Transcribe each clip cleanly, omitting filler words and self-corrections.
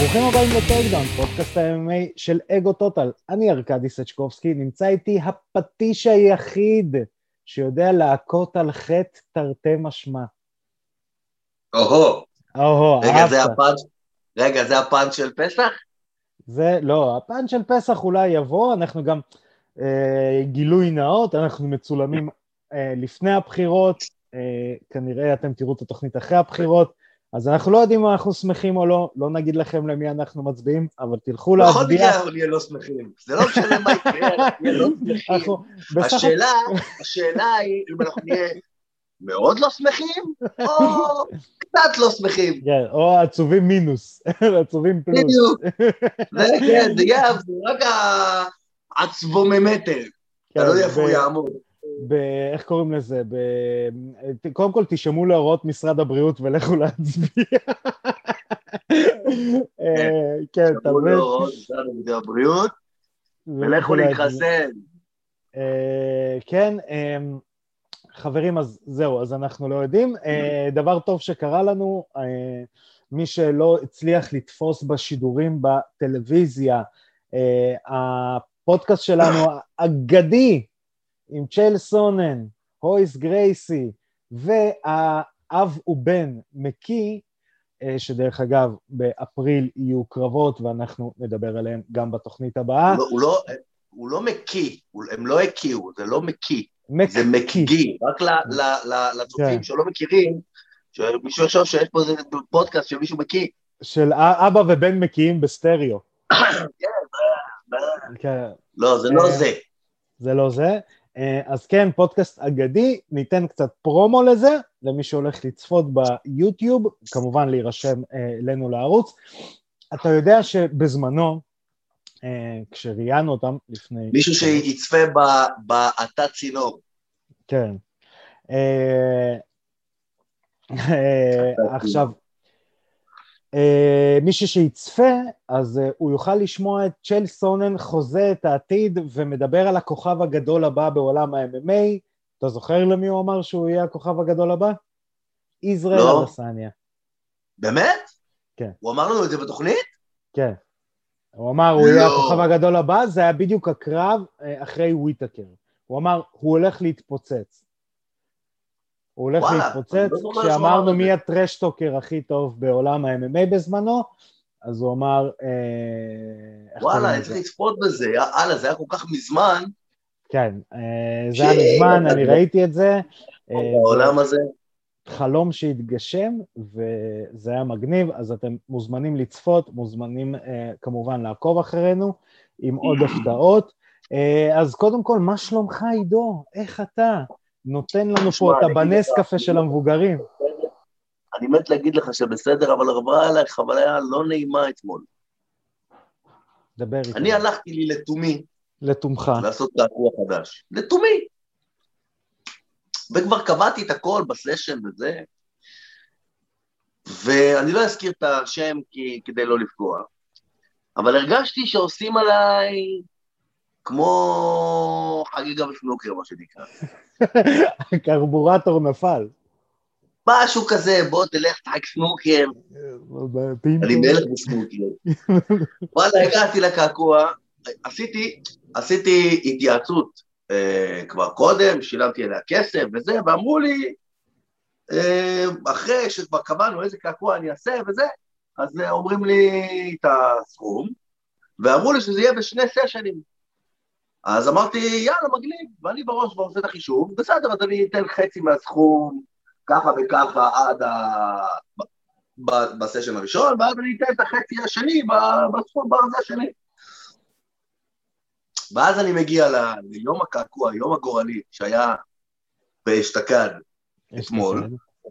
ברוכים הבאים לטייק-דאון, פודקאסט ה-MMA של אגו טוטל. אני ארקדי סצ'קובסקי, נמצא איתי הפטיש היחיד שיודע להכות על חטא תרתי משמע. רגע, זה הפאנץ' של פסח? זה, לא, הפאנץ' של פסח אולי יבוא, אנחנו גם גילוי נאות, אנחנו מצולמים לפני הבחירות, כנראה אתם תראו את התוכנית אחרי הבחירות, אז אנחנו לא יודעים אם אנחנו שמחים או לא, לא נגיד לכם למי אנחנו מצביעים, אבל תלכו להצביע. בכל מקרה אנחנו נהיה לא שמחים, זה לא משנה מה יקרה, אנחנו נהיה לא שמחים. השאלה היא אם אנחנו נהיה מאוד לא שמחים, או קצת לא שמחים. כן, או עצובים מינוס, עצובים פלוס. בדיוק, זה יהיה רק העצבוממטר, אתה לא יודע איפה הוא יעמוד. איך קוראים לזה? קודם כל תשמעו להוראות משרד הבריאות ולכו להצביע. כן, תשמעו להוראות משרד הבריאות ולכו להתחסן. כן, חברים, אז זהו, אז אנחנו לא יודעים. דבר טוב שקרה לנו, מי שלא הצליח לתפוס בשידורים בטלוויזיה, הפודקאסט שלנו אגדי, עם צ'ייל סונן, הויס גרייסי, והאב ובן מקי, שדרך אגב באפריל יהיו קרבות, ואנחנו נדבר עליהם גם בתוכנית הבאה. הוא לא מקי, הם לא הקיעו, זה לא מקי, זה מקגי, רק לצופים שלא מכירים, שמישהו יחשוב שיש פה איזה פודקאסט של מישהו מקי. של אבא ובן מקיאים בסטריאו. לא, זה לא זה. זה לא זה. אז כן, פודקאסט אגדי, ניתן קצת פרומו לזה, למי שהולך לצפות ביוטיוב, כמובן להירשם אלינו לערוץ. אתה יודע שבזמנו, כשראיינו אותם לפני... מישהו שיצפה בעתת צינור. כן. עכשיו, מישהו שיצפה, אז הוא יוכל לשמוע את צ'ייל סונן חוזה את העתיד ומדבר על הכוכב הגדול הבא בעולם ה-MMA. אתה זוכר למי הוא אמר שהוא יהיה הכוכב הגדול הבא? ישראל אדסניה. באמת? כן. הוא אמר לנו את זה בתוכנית? כן. הוא אמר הוא יהיה הכוכב הגדול הבא, זה היה בדיוק הקרב אחרי וויטקר. הוא אמר הוא הולך להתפוצץ. הוא הולך להתפוצץ, כשאמרנו מי הטרשטוקר הכי טוב בעולם ה-MMA בזמנו, אז הוא אמר... וואלה, אני צריך לצפות בזה, יאללה, זה היה כל כך מזמן. כן, זה היה מזמן, אני ראיתי את זה. בעולם הזה. חלום שהתגשם, וזה היה מגניב, אז אתם מוזמנים לצפות, מוזמנים כמובן לעקוב אחרינו, עם עוד הפתעות. אז קודם כל, מה שלומך עידו? איך אתה? נותן לנו פה את הבנס קפה של המבוגרים. אני מת להגיד לך שבסדר, אבל עברה עליי חוויה לא נעימה אתמול. דבר איתי. אני הלכתי לי לתומי. לתומך. לעשות קעקוע חדש. לתומי. וכבר קבעתי את הכל בסשן וזה. ואני לא אזכיר את השם כדי לא לפגוע. אבל הרגשתי שעושים עליי... כמו חגיגה בסנוקר, מה שנקרא. הקרבורטור נפל. משהו כזה, בוא תלך תחק סנוקר. אני מלך בסנוקר. וואלה, הגעתי לקעקוע, עשיתי התייעצות כבר קודם, שילמתי עליה כסף וזה, ואמרו לי, אחרי שכבר קבענו איזה קעקוע אני אעשה וזה, אז אומרים לי את הסכום, ואמרו לי שזה יהיה בשני סשנים. אז אמרתי, יאללה, מגניב, ואני בראש כבר עושה את החישוב, בסדר, אז אני אתן חצי מהסכום, ככה וככה, עד בסשן הראשון, ואז אני אתן את החצי השני בסכום ברזה השני. ואז אני מגיע ליום הקעקוע, יום הגורלי, שהיה באשתקד אתמול,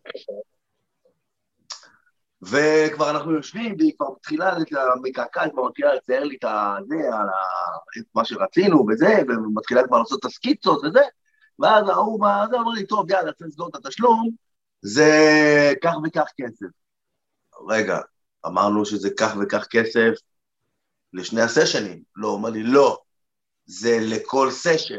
וכבר אנחנו יושבים, והיא כבר מתחילה מקעקע, כבר מתחילה לצייר לי את מה שרצינו וזה, ומתחילה כבר לעשות את הסקיצות וזה, ואז הוא אמר לי, טוב, יאללה, צריך לסגור את התשלום, זה כך וכך כסף. רגע, אמרנו שזה כך וכך כסף לשני הסשנים. לא, אומר לי, לא, זה לכל סשן.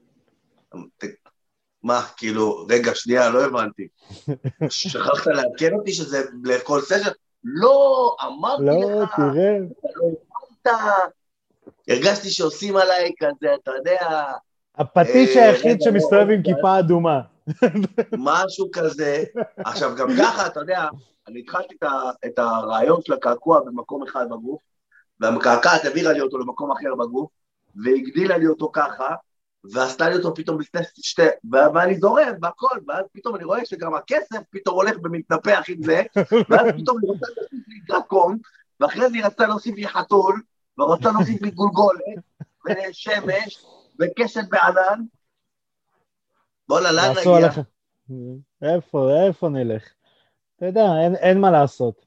מה, כאילו, רגע, שנייה, לא הבנתי. שכחת להכיר אותי שזה לכל סשן? לא, אמרתי לא, לך, תראה. אתה לא הבנת, הרגשתי שעושים עליי כזה, אתה יודע, הפטיש היחיד רגע, לא, שמסתובב עם כיפה אדומה. משהו כזה. עכשיו, גם ככה, אתה יודע, אני התחלתי את הרעיון של הקעקוע במקום אחד בגוף, והמקעקעת העבירה לי אותו למקום אחר בגוף, והגדילה לי אותו ככה, ועשתה לי אותו פתאום בשתי, ואני זורם והכל, ואז פתאום אני רואה שגם הכסף פתאום הולך ומתנפח עם זה, ואז פתאום היא רוצה להוסיף לי דרקון, ואחרי זה היא רצתה להוסיף לי חתול, ורוצה להוסיף לי גולגולת, ושמש, וקשת בענן. בוא'לה, לאן ועשו נגיע? עליך. איפה נלך? אתה יודע, אין מה לעשות.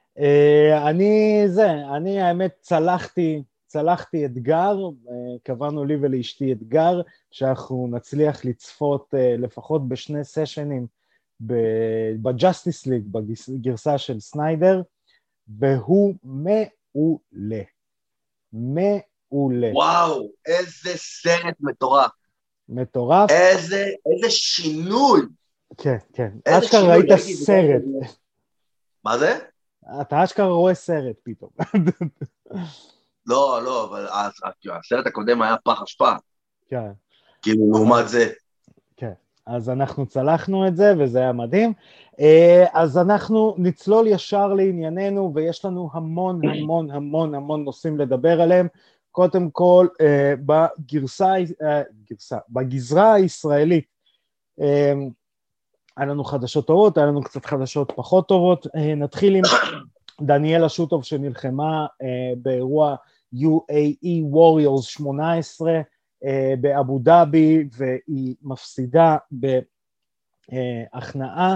אני האמת צלחתי אתגר, קבענו לי ולאשתי אתגר, שאנחנו נצליח לצפות לפחות בשני סשנים בג'סטיס ליג, בגרסה של סניידר, והוא מעולה. מעולה. וואו, איזה סרט מטורף. מטורף. איזה שינוי. כן, כן. אשכרה ראית סרט. מה זה? אתה אשכרה רואה סרט פתאום. לא, אבל הסרט הקודם היה פח אשפה. כן. כאילו, לעומת זה. כן. אז אנחנו צלחנו את זה, וזה היה מדהים. אז אנחנו נצלול ישר לענייננו, ויש לנו המון נושאים לדבר עליהם. קודם כל, בגזרה הישראלית, היה לנו חדשות טובות, היה לנו קצת חדשות פחות טובות. נתחיל עם דניאלה שוטוב שנלחמה באירוע UAE Warriors 18 באבו דאבי, והיא מפסידה בהכנעה.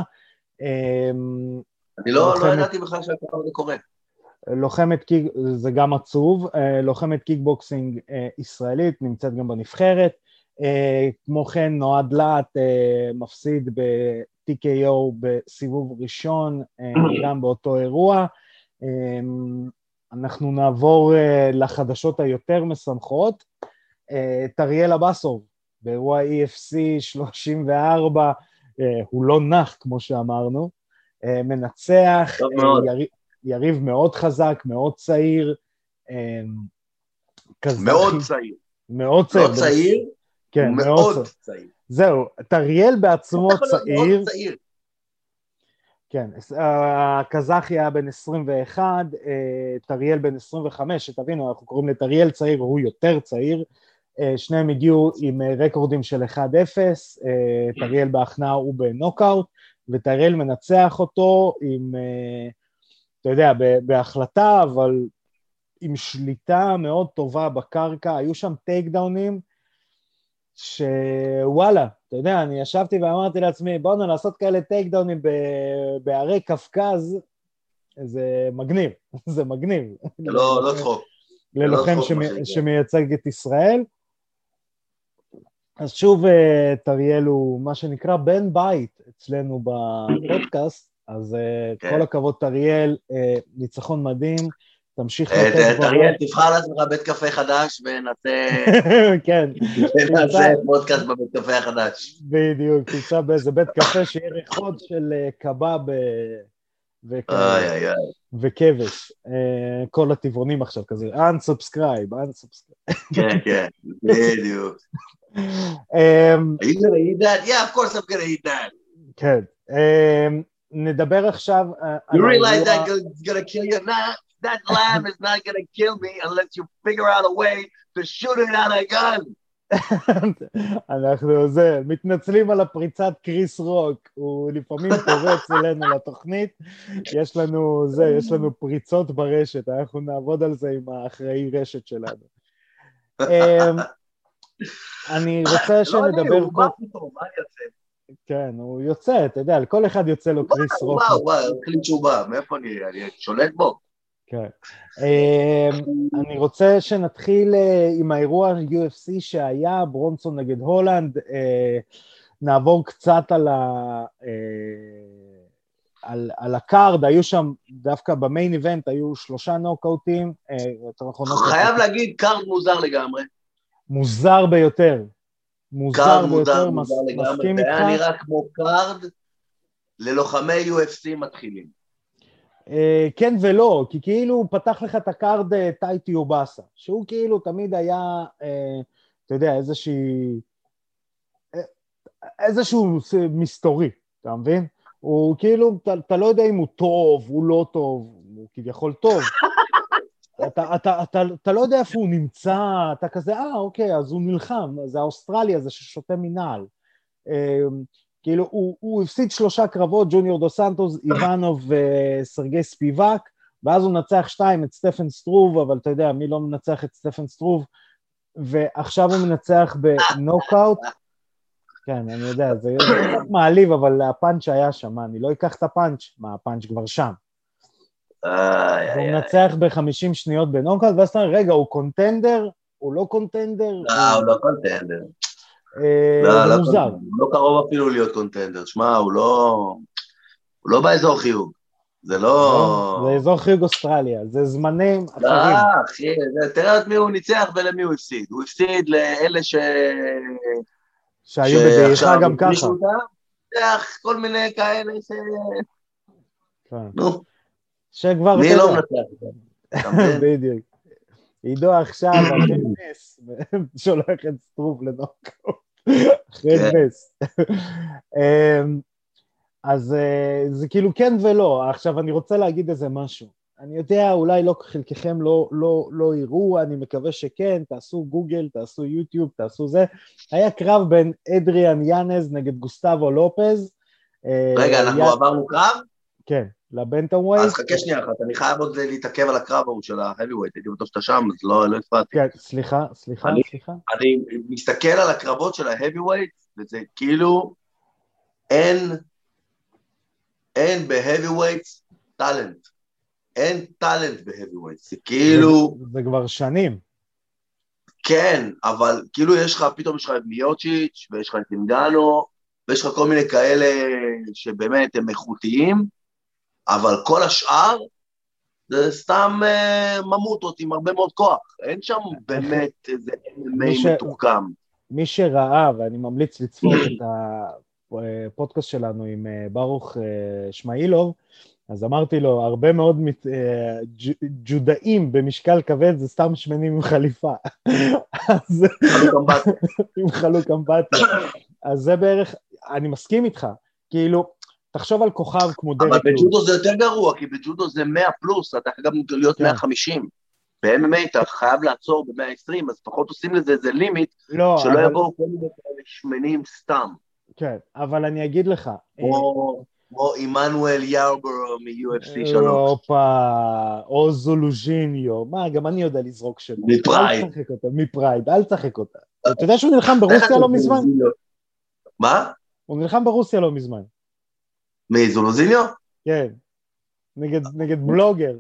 אני לא ידעתי בכלל שהדבר הזה קורה. זה גם עצוב, לוחמת קיקבוקסינג ישראלית, נמצאת גם בנבחרת. כמו כן נועד לאט מפסיד ב-TKO בסיבוב ראשון, גם באותו אירוע. אנחנו נעבור לחדשות היותר משמחות. טריאל אבסוב באירוע EFC 34, הוא לא נח כמו שאמרנו, מנצח, יריב מאוד חזק, מאוד צעיר, מאוד צעיר. מאוד צעיר. לא צעיר? כן, מאוד צעיר. זהו, טריאל בעצמו צעיר. מאוד צעיר. כן, הקזחי היה בן 21, טריאל בן 25, שתבינו, אנחנו קוראים לטריאל צעיר, הוא יותר צעיר, שניהם הגיעו עם רקורדים של 1-0, טריאל בהכנעה הוא בנוקאוט, וטריאל מנצח אותו עם, אתה יודע, בהחלטה, אבל עם שליטה מאוד טובה בקרקע, היו שם טייק דאונים, שוואלה, אתה יודע, אני ישבתי ואמרתי לעצמי, בואו לעשות כאלה טייק דאונים בערי קפקז, זה מגניב, זה מגניב. לא צחוק. ללוחם שמייצג את ישראל. אז שוב, טריאל הוא מה שנקרא בן בית אצלנו בפודקאסט, אז כל הכבוד טריאל, ניצחון מדהים, תמשיך לתת בו. טריאל, תבחר לעצמך בית קפה חדש ונעשה... כן. ונעשה פודקאסט בבית קפה החדש. בדיוק, תמצא באיזה בית קפה שיהיה ריחות של קבב וכבש. כל הטבעונים עכשיו כזה, unsubscribe. כן, בדיוק. Are you gonna eat that? Yeah, of course I'm gonna eat that. כן. נדבר עכשיו... You realize that it's gonna kill you? Nah, that lamb is not gonna kill me unless you figure out a way to shoot it out of a gun. אנחנו מתנצלים על הפריצת קריס רוק, הוא לפעמים פורץ אלינו לתוכנית, יש לנו פריצות ברשת, אנחנו נעבוד על זה עם האחראי רשת שלנו. אני רוצה שנדבר... הוא בא פתאום, מה יוצא? כן, הוא יוצא, אתה יודע, לכל אחד יוצא לו קריס רוק. וואו, החליט שהוא בא, מאיפה אני שולט בו? כן. אני רוצה שנתחיל עם האירוע UFC שהיה, ברונסון נגד הולנד, נעבור קצת על הקארד, היו שם, דווקא במיין איבנט, היו 3 נוקאוטים. חייב להגיד, קארד מוזר לגמרי. מוזר ביותר. קארד מוזר לגמרי, זה היה נראה כמו קארד ללוחמי UFC מתחילים. כן ולא, כי כאילו הוא פתח לך את הקארד טייטי אובסה, שהוא כאילו תמיד היה, אתה יודע, איזשהו מסתורי, אתה מבין? הוא כאילו, אתה לא יודע אם הוא טוב, הוא לא טוב, הוא כביכול טוב. אתה לא יודע איפה הוא נמצא, אתה כזה, אוקיי, אז הוא נלחם, זה האוסטרלי הזה ששותה מנעל. כאילו, הוא הפסיד 3 קרבות, ג'וניור דו סנטוס, איוונוב וסרגי ספיבק, ואז הוא נצח 2 את סטפן סטרוב, אבל אתה יודע, מי לא מנצח את סטפן סטרוב, ועכשיו הוא מנצח בנוקאוט, כן, אני יודע, זה קצת מעליב, אבל הפאנץ' היה שם, אני לא אקח את הפאנץ', מה, הפאנץ' כבר שם. והוא מנצח ב-50 שניות בנוקאוט, ואז אתה אומר, רגע, הוא קונטנדר? הוא לא קונטנדר? הוא לא קונטנדר. זה מוזר. הוא לא קרוב אפילו להיות קונטנדר, שמע, הוא לא באזור חיוג. זה לא... זה אזור חיוג אוסטרליה, זה זמנים אחרים. אחי, תראה את מי הוא ניצח ולמי הוא הפסיד. הוא הפסיד לאלה שהיו בדעיכה גם ככה. כל מיני כאלה נו. שכבר... מי לא מנצח? בדיוק. עידו עכשיו, אחרי נס, שולח את סטרוב לנוקאוט. אחרי נס. אז זה כאילו כן ולא. עכשיו אני רוצה להגיד איזה משהו. אני יודע, אולי לא, חלקכם לא יראו, אני מקווה שכן, תעשו גוגל, תעשו יוטיוב, תעשו זה. היה קרב בין אדריאן יאנז נגד גוסטבו לופז. רגע, אנחנו עברנו קרב? כן, לבנטאמווייט. אז חכה שנייה אחת, אני חייב עוד להתעכב על הקרב ההוא של ההביווייט, הייתי בטוח שאתה שם, אז לא הפרעתי. כן, סליחה. אני מסתכל על הקרבות של ההביווייט, וזה כאילו, אין בהביווייט טלנט. אין טלנט בהביווייט, זה כאילו... זה כבר שנים. כן, אבל כאילו פתאום יש לך את מיוצ'יץ' ויש לך את אינגנו, ויש לך כל מיני כאלה שבאמת הם איכותיים, אבל כל השאר זה סתם ממוטות עם הרבה מאוד כוח. אין שם באמת איזה MMA מתוחכם. מי שראה, ואני ממליץ לצפות את הפודקאסט שלנו עם ברוך שמאילוב, אז אמרתי לו, הרבה מאוד ג'ודאים במשקל כבד, זה סתם שמנים עם חליפה. עם חלוק אמבטיה. אז זה בערך, אני מסכים איתך, כאילו, תחשוב על כוכב כמו דרק לוז. אבל בג'ודו זה יותר גרוע, כי בג'ודו זה 100 פלוס, אתה חייב להיות 150. ב-MMA אתה חייב לעצור ב-120, אז פחות עושים לזה איזה לימיט, שלא יבואו כל מיני שמנים סתם. כן, אבל אני אגיד לך... או עמנואל יאוברו מ-UFC 3. או זולוז'יניו, מה, גם אני יודע לזרוק שלו. מפרייד. אל תשחק אותה. אתה יודע שהוא נלחם ברוסיה לא מזמן? מה? הוא נלחם ברוסיה לא מזמן. מי, זולוז'יניו? כן, נגד בלוגר.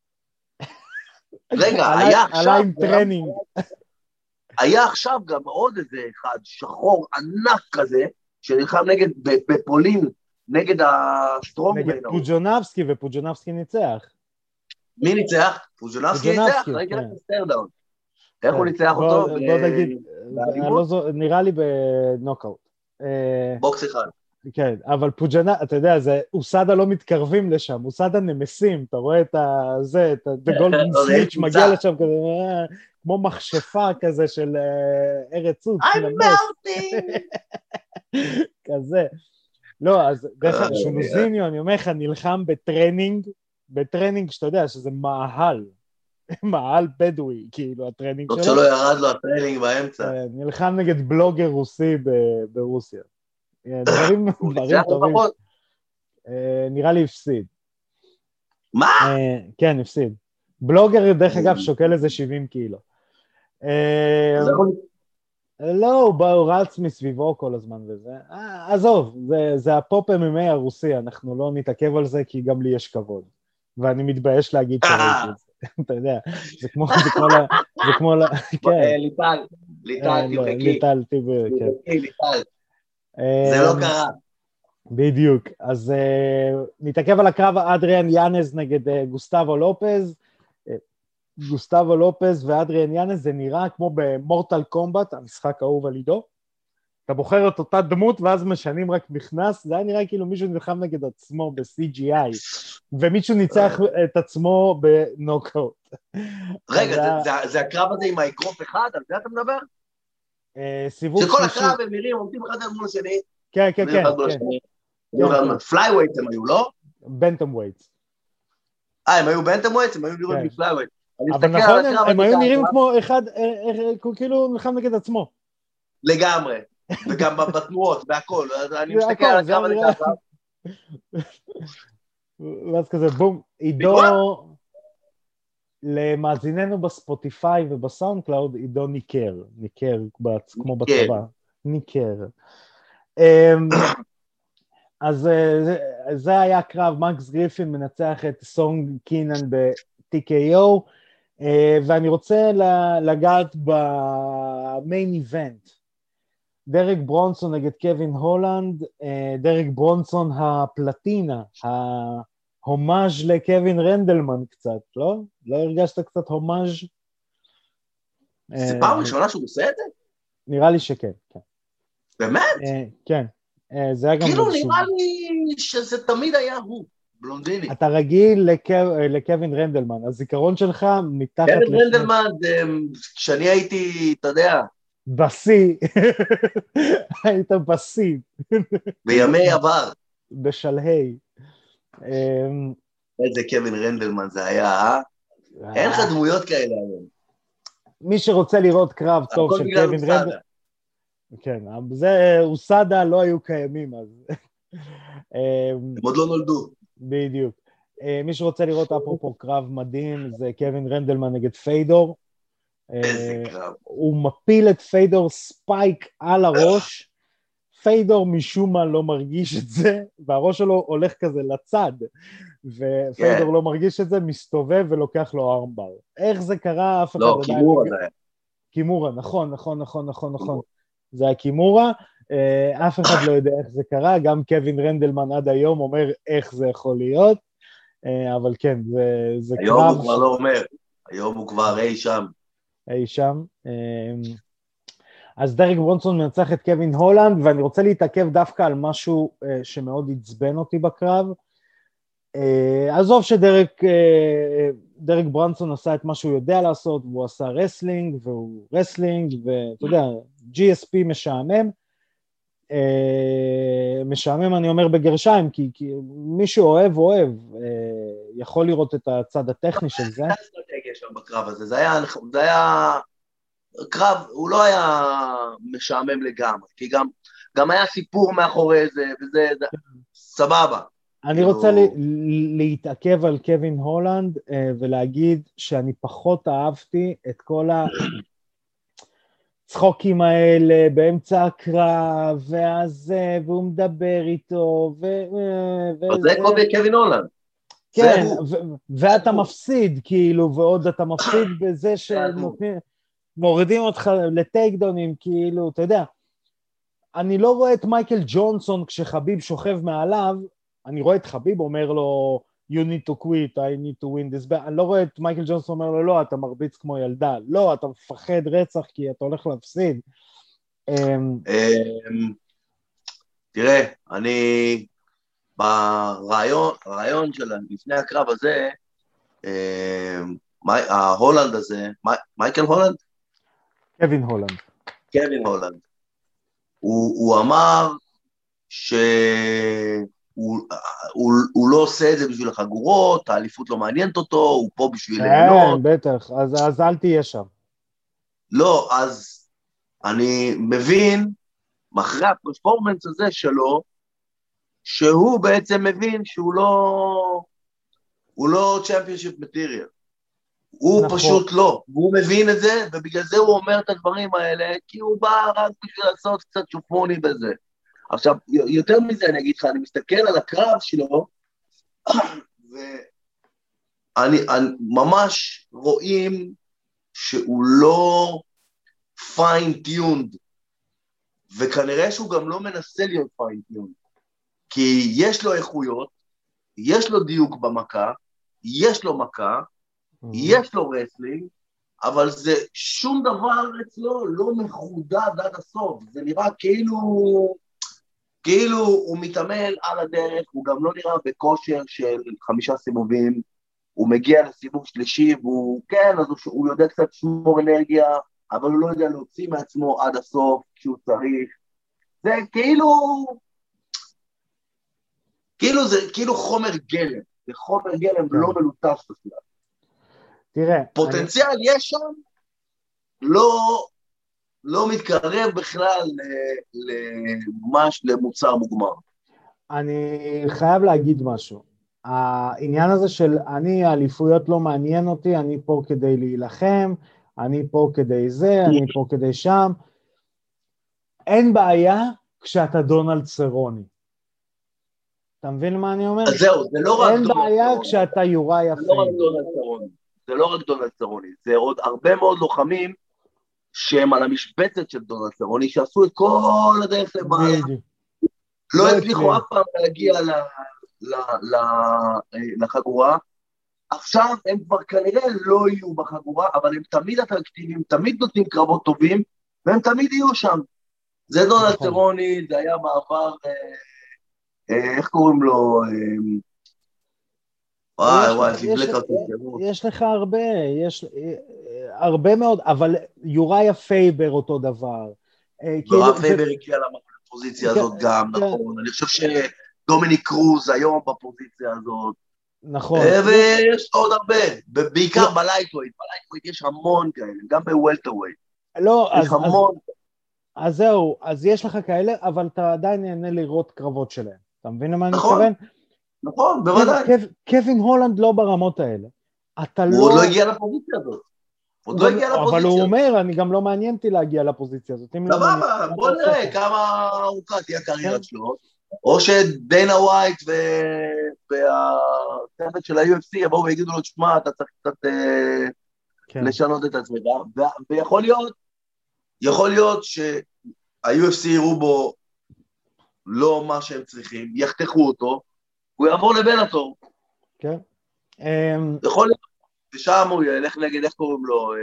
רגע, היה עכשיו... עלה עם טרנינג. היה עכשיו גם עוד איזה אחד, שחור ענק כזה, שנלחם בפולין, נגד הסטרונגמן. נגד פוג'ונבסקי, ופוג'ונבסקי ניצח. מי ניצח? פוג'ונבסקי ניצח? ראיתי רק בסטרדאון. איך הוא ניצח אותו? בוא נגיד, נראה לי בנוקאוט. בוקס אחד. כן, אבל פוג'נה, אתה יודע, אוסדה לא מתקרבים לשם, אוסדה נמסים, אתה רואה את זה, את הגולדן סליץ' מגיע לשם כזה, כמו מכשפה כזה של ארץ סוד. I'm melting! כזה. לא, אז דרך כלל, שונוזיניו, אני אומר לך, נלחם בטרנינג שאתה יודע, שזה מאהל בדואי, כאילו, הטרנינג שלו. זאת שלא ירד לו הטרנינג באמצע. נלחם נגד בלוגר רוסי ברוסיה. דברים טובים. נראה לי הפסיד. מה? כן, הפסיד. בלוגר, דרך אגב, שוקל איזה 70 קילו. לא, הוא רץ מסביבו כל הזמן וזה. עזוב, זה הפופ MMA הרוסי, אנחנו לא נתעכב על זה, כי גם לי יש כבוד. ואני מתבייש להגיד שראיתי את זה. אתה יודע, זה כמו ליטל, זה לא קרה. בדיוק, אז נתעכב על הקרב אדריאן יאנז נגד גוסטבו לופז. גוסטבו לופז ואדריאן יאנז, זה נראה כמו במורטל קומבט, המשחק האהוב על עידו. אתה בוחר את אותה דמות, ואז משנים רק מכנס, זה היה נראה כאילו מישהו נלחם נגד עצמו ב-CGI, ומישהו ניצח את עצמו בנוקאוט. רגע, זה הקרב הזה עם האגרוף אחד, על זה אתה מדבר? סיבוב שכל שלישי. הקרב הם נראים, עומדים אחד מול השני. כן. פליי ווייטס הם היו, לא? בנטם ווייטס. הם היו בנטם ווייטס? הם היו נראים בפליי ווייטס. אבל נכון, הם היו נראים כמו אחד, כאילו נלחם נגד עצמו. לגמרי, וגם בתנועות, בהכל. אני מסתכל על הקרב הזה ככה. ואז כזה, בום, עידו, למאזיננו בספוטיפיי ובסאונד קלאוד, עידו ניקר כמו בצבא, ניקר. אז זה היה קרב, מקס גריפין מנצח את סונג קינן ב-TKO, ואני רוצה לגעת במיין איבנט, דרק ברונסון נגד קווין הולנד, דרק ברונסון הפלטינה, ההומאז' לקווין רנדלמן קצת, לא? לא הרגשת קצת הומאז'? זה פעם ראשונה שהוא עושה את זה? נראה לי שכן, כן. באמת? כן. זה היה גם כאילו נראה לי שזה תמיד היה הוא, בלונדיני. אתה רגיל לקווין רנדלמן, הזיכרון שלך מתחת קווין רנדלמן, כשאני הייתי, אתה יודע, בסי, היית בסי. בימי עבר. בשלהי. איזה קווין רנדלמן זה היה, אין לך דמויות כאלה היום. מי שרוצה לראות קרב טוב של קווין רנדלמן, כן, זה אוסדה לא היו קיימים אז. הם עוד לא נולדו. בדיוק. מי שרוצה לראות אפרופו קרב מדהים זה קווין רנדלמן נגד פיידור. איזה קרב. הוא מפיל את פיידור ספייק על הראש, פיידור משום מה לא מרגיש את זה, והראש שלו הולך כזה לצד, ופיידור לא מרגיש את זה, מסתובב ולוקח לו ארמבר. איך זה קרה? אף אחד לא, קימורה זה היה. קימורה, נכון. זה היה קימורה, אף אחד לא יודע איך זה קרה, גם קווין רנדלמן עד היום אומר איך זה יכול להיות, אבל כן, זה קרב... היום הוא כבר לא אומר, היום הוא כבר אי שם. אז דרק ברונסון מנצח את קווין הולנד, ואני רוצה להתעכב דווקא על משהו שמאוד עצבן אותי בקרב. עזוב שדרק ברונסון עשה את מה שהוא יודע לעשות, והוא עשה רסלינג, ואתה יודע, GSP משעמם. משעמם אני אומר בגרשיים, כי מי שאוהב, יכול לראות את הצד הטכני של זה. הייתה אסטרטגיה שם בקרב הזה, זה היה קרב, הוא לא היה משעמם לגמרי, כי גם היה סיפור מאחורי זה, וזה סבבה. אני רוצה להתעכב על קווין הולנד, ולהגיד שאני פחות אהבתי את כל הצחוקים האלה באמצע הקרב, והוא מדבר איתו, זה קובי קווין הולנד. כן, ואתה מפסיד, כאילו, ועוד אתה מפסיד בזה שמורידים אותך לטייקדונים, כאילו, אתה יודע, אני לא רואה את מייקל ג'ונסון כשחביב שוכב מעליו, אני רואה את חביב אומר לו, you need to quit, I need to win this battle, אני לא רואה את מייקל ג'ונסון אומר לו, לא, אתה מרביץ כמו ילדה, לא, אתה מפחד רצח כי אתה הולך להפסיד. תראה, אני ברעיון של לפני הקרב הזה, ההולנד הזה, מייקל הולנד? קווין הולנד. קווין הולנד. הוא אמר שהוא לא עושה את זה בשביל החגורות, האליפות לא מעניינת אותו, הוא פה בשביל ליהנות. כן, בטח, אז אל תהיה שם. לא, אז אני מבין, אחרי הפרפורמנס הזה שלו, שהוא בעצם מבין שהוא לא צ'מפיונשיפ מטריאל. הוא נכון. פשוט לא, והוא מבין את זה, ובגלל זה הוא אומר את הדברים האלה, כי הוא בא רק בשביל לעשות קצת שופוני בזה. עכשיו, יותר מזה אני אגיד לך, אני מסתכל על הקרב שלו, ואני ממש רואים שהוא לא פיין-טיונד, וכנראה שהוא גם לא מנסה להיות פיין-טיונד, כי יש לו איכויות, יש לו דיוק במכה, יש לו מכה, יש לו רסלינג, אבל זה שום דבר אצלו לא מחודד עד הסוף, זה נראה כאילו הוא מתאמן על הדרך, הוא גם לא נראה בכושר של 5 סיבובים, הוא מגיע לסיבוב שלישי, והוא, כן, אז הוא יודע קצת לשמור אנרגיה, אבל הוא לא יודע להוציא מעצמו עד הסוף כשהוא צריך. זה כאילו חומר גלם, זה חומר גלם לא מלוטש בכלל. תראה. פוטנציאל יש שם, לא מתקרב בכלל ממש למוצר מוגמר. אני חייב להגיד משהו. העניין הזה של האליפויות לא מעניין אותי, אני פה כדי להילחם, אני פה כדי זה, אני פה כדי שם. אין בעיה כשאתה דונלד סרוני. אתה מבין מה אני אומר? אז זהו, זה לא רק דונלד סרוני. אין בעיה כשאתה יוראי הפייבר. זה לא רק דונלד סרוני, זה עוד הרבה מאוד לוחמים שהם על המשבצת של דונלד סרוני, שעשו את כל הדרך למעלה. לא הצליחו אף פעם להגיע לחגורה, עכשיו הם כבר כנראה לא יהיו בחגורה, אבל הם תמיד אטרקטיביים, תמיד נותנים קרבות טובים, והם תמיד יהיו שם. זה דונלד סרוני, זה היה מעבר, איך קוראים לו? וואי, יש לך הרבה מאוד, אבל יוראי פייבר אותו דבר. יוראי פייבר הגיע לפוזיציה הזאת גם, נכון, אני חושב שדומיניק קרוז היום בפוזיציה הזאת, נכון. ויש עוד הרבה, בעיקר בלייטווייט יש המון כאלה, גם בוולטרווייט. לא, יש המון. אז זהו, אז יש לך כאלה, אבל אתה עדיין נהנה לראות קרבות שלהם. אתה מבין למה אני מתכוון? נכון, בוודאי. קווין הולנד לא ברמות האלה. הוא עוד לא הגיע לפוזיציה הזאת. אבל הוא אומר, אני גם לא מעניינתי להגיע לפוזיציה הזאת. סבבה, בוא נראה כמה ארוכה תהיה הקריירה שלו. או שדיינה ווייט והצוות של ה-UFC יבואו ויגידו לו, תשמע, אתה צריך קצת לשנות את עצמך. ויכול להיות שה-UFC יראו בו לא מה שהם צריכים, יחתכו אותו, הוא יעבור לבלאטור. כן. יכול להיות, ושם הוא ילך נגד, איך קוראים לו?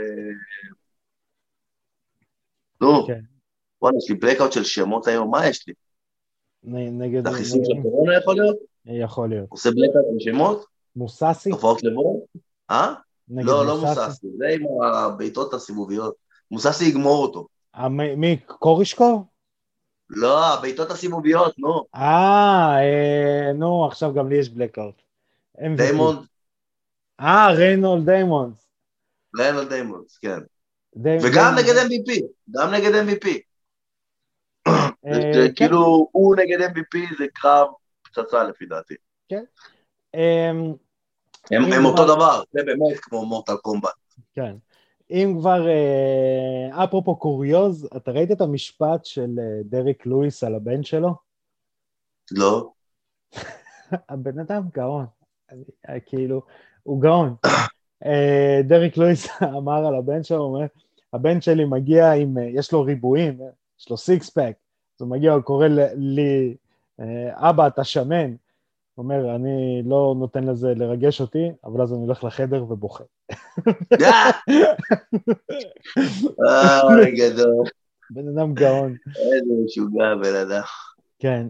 נו, וואלה, יש לי בלקאוט של שמות היום, מה יש לי? נגד... זה החיסון של קורונה יכול להיות? יכול להיות. עושה בלקאט עם שמות? מוססי? תופעות לבוא? לא מוססי, זה עם הביתות הסיבוביות. מוססי יגמור אותו. מי, קורישקו? לא, הביתות הסיבוביות, נו. נו, עכשיו גם לי יש בלקאוט. דיימונד. ריינולד דיימונדס. ריינולד דיימונדס, כן. וגם נגד MVP, גם נגד MVP. כאילו, הוא נגד MVP זה קרב פצצה לפי דעתי. כן. הם אותו דבר, זה באמת כמו מורטל קומבט. כן. אם כבר, אפרופו קוריוז, אתה ראית את המשפט של דריק לואיס על הבן שלו? לא. הבן אדם גאון, כאילו, הוא גאון. דריק לואיס אמר על הבן שלו, הוא אומר, הבן שלי מגיע עם, יש לו ריבועים, יש לו סיקס פק, אז הוא מגיע, הוא קורא לי, אבא, אתה שמן. הוא אומר, אני לא נותן לזה לרגש אותי, אבל אז אני הולך לחדר ובוכה. גדול. בן אדם גאון. איזה משוגע בן אדם. כן.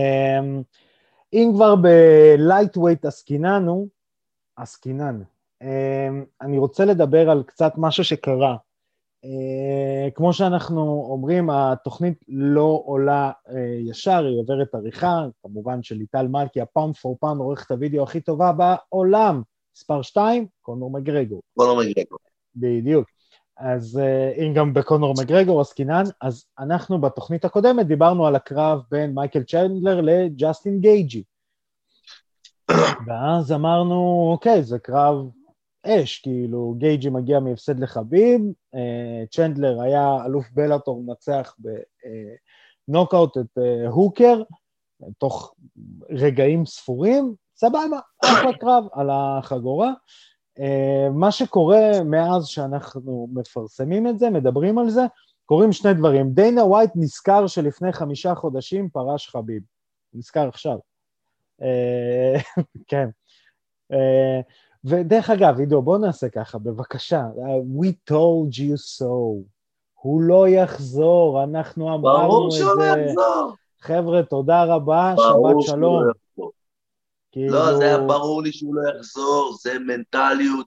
אם כבר בלייטווייט עסקינן, אני רוצה לדבר על קצת משהו שקרה. כמו שאנחנו אומרים, התוכנית לא עולה ישר, היא עוברת עריכה, כמובן של ליטל מלכי, הפאונד פור פאונד, עורכת הוידאו הכי טובה בעולם, מספר 2, קונור מגרגור. בדיוק. אז אם גם בקונור מגרגור עסקינן, אז אנחנו בתוכנית הקודמת דיברנו על הקרב בין מייקל צ'נדלר לג'סטין גייג'י. ואז אמרנו, אוקיי, זה קרב אש, כאילו גייג'י מגיע מהפסד לחביב, צ'נדלר היה אלוף בלאטור מנצח בנוקאוט את הוקר, תוך רגעים ספורים, סבבה, אחלה קרב על החגורה. מה שקורה מאז שאנחנו מפרסמים את זה, מדברים על זה, קוראים שני דברים. דיינה ווייט נזכר שלפני 5 חודשים פרש חביב, נזכר עכשיו. כן. ודרך אגב, עידו, בוא נעשה ככה, בבקשה. We told you so. הוא לא יחזור, אנחנו ברור אמרנו את שהוא לא זה. יחזור. חבר'ה, תודה רבה, שבת ברור שהוא שלום. לא יחזור. לא, זה היה ברור לי שהוא לא יחזור, זה מנטליות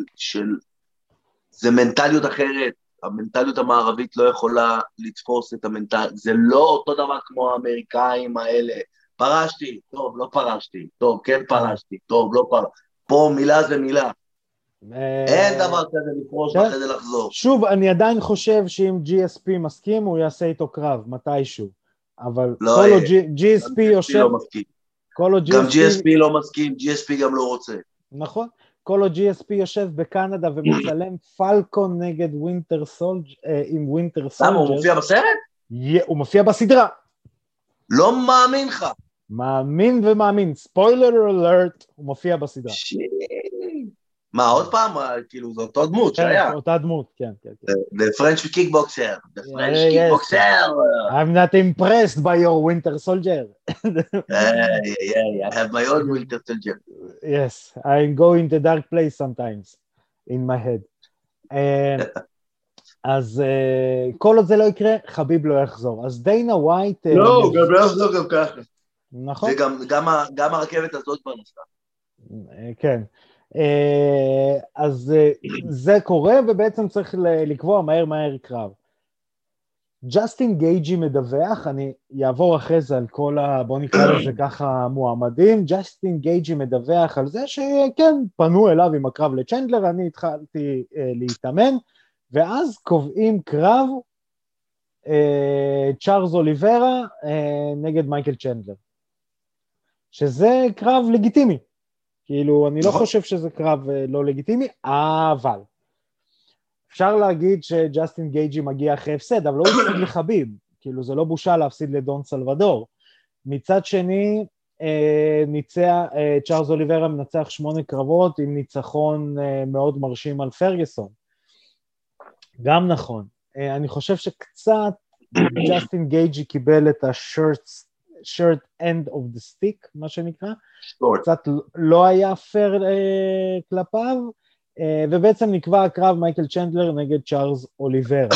זה מנטליות אחרת. המנטליות המערבית לא יכולה לתפוס את המנטליות, זה לא אותו דבר כמו האמריקאים האלה. פרשתי, טוב, לא פרשתי, טוב, כן פרשתי, טוב, לא פרשתי. פה מילה זה מילה. אין דבר כזה לפרוש ואחרי זה לחזור. שוב, אני עדיין חושב שאם GSP מסכים, הוא יעשה איתו קרב, מתישהו. אבל כל עוד GSP יושב... גם GSP לא מסכים, GSP גם לא רוצה. נכון. כל עוד GSP יושב בקנדה ומצלם פלקון נגד ווינטר סולג'ר, עם ווינטר סולג'ר. למה, הוא מופיע בסרט? הוא מופיע בסדרה. לא מאמין לך. מאמין ומאמין, ספוילר אלרט, הוא מופיע בסדרה. מה, עוד פעם? כאילו, זו אותו דמות שהיה. אותה דמות, כן. The French kickboxer. The French kickboxer. I'm not impressed by your winter soldier. I have my own winter soldier. Yes, I go in the dark place sometimes, in my head. אז כל עוד זה לא יקרה, חביב לא יחזור. אז דיינה ווייט... לא, הוא גם לא יחזור גם ככה. נכון. וגם הרכבת הזאת כבר נסתה. כן. אז זה קורה, ובעצם צריך לקבוע מהר קרב. ג'סטין גייג'י מדווח, אני אעבור אחרי זה על כל בוא נקרא לזה ככה מועמדים, ג'סטין גייג'י מדווח על זה שכן, פנו אליו עם הקרב לצ'נדלר, אני התחלתי להתאמן, ואז קובעים קרב צ'ארלס אוליברה נגד מייקל צ'נדלר, שזה קרב לגיטימי, כאילו אני לא חושב שזה קרב לא לגיטימי, אבל אפשר להגיד שג'סטין גייג'י מגיע אחרי הפסד, אבל לא הפסיד לחביב, כאילו זה לא בושה להפסיד לדון סלבדור. מצד שני, צ'ארלס אוליברה מנצח 8 קרבות עם ניצחון מאוד מרשים על פרגוסון. גם נכון. אני חושב שקצת ג'סטין גייג'י קיבל את ה-shirt end of the stick, מה שנקרא. קצת לא היה פייר כלפיו, ובעצם נקבע הקרב מייקל צ'נדלר נגד צ'ארלס אוליברה.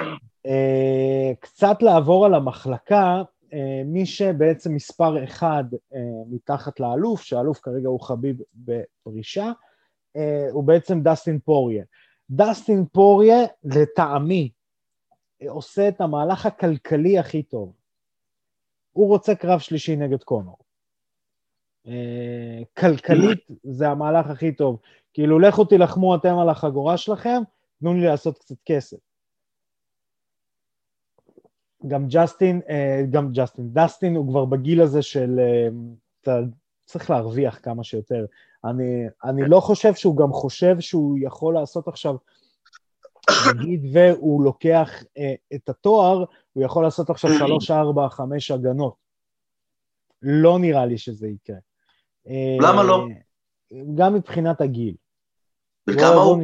קצת לעבור על המחלקה, מי שבעצם מספר 1 מתחת לאלוף, שהאלוף כרגע הוא חביב בפרישה, הוא בעצם דסטין פוריה. דסטין פוריה, לטעמי, עושה את המהלך הכלכלי הכי טוב. הוא רוצה קרב שלישי נגד קונור. כלכלית זה המהלך הכי טוב. כאילו, לכו תלחמו אתם על החגורה שלכם, תנו לי לעשות קצת כסף. גם דסטין הוא כבר בגיל הזה של, צריך להרוויח כמה שיותר. אני לא חושב שהוא גם חושב שהוא יכול לעשות עכשיו, נגיד והוא לוקח את התואר, הוא יכול לעשות עכשיו 3, 4, 5 הגנות. לא נראה לי שזה יקרה. למה לא? גם מבחינת הגיל. וכמה הוא?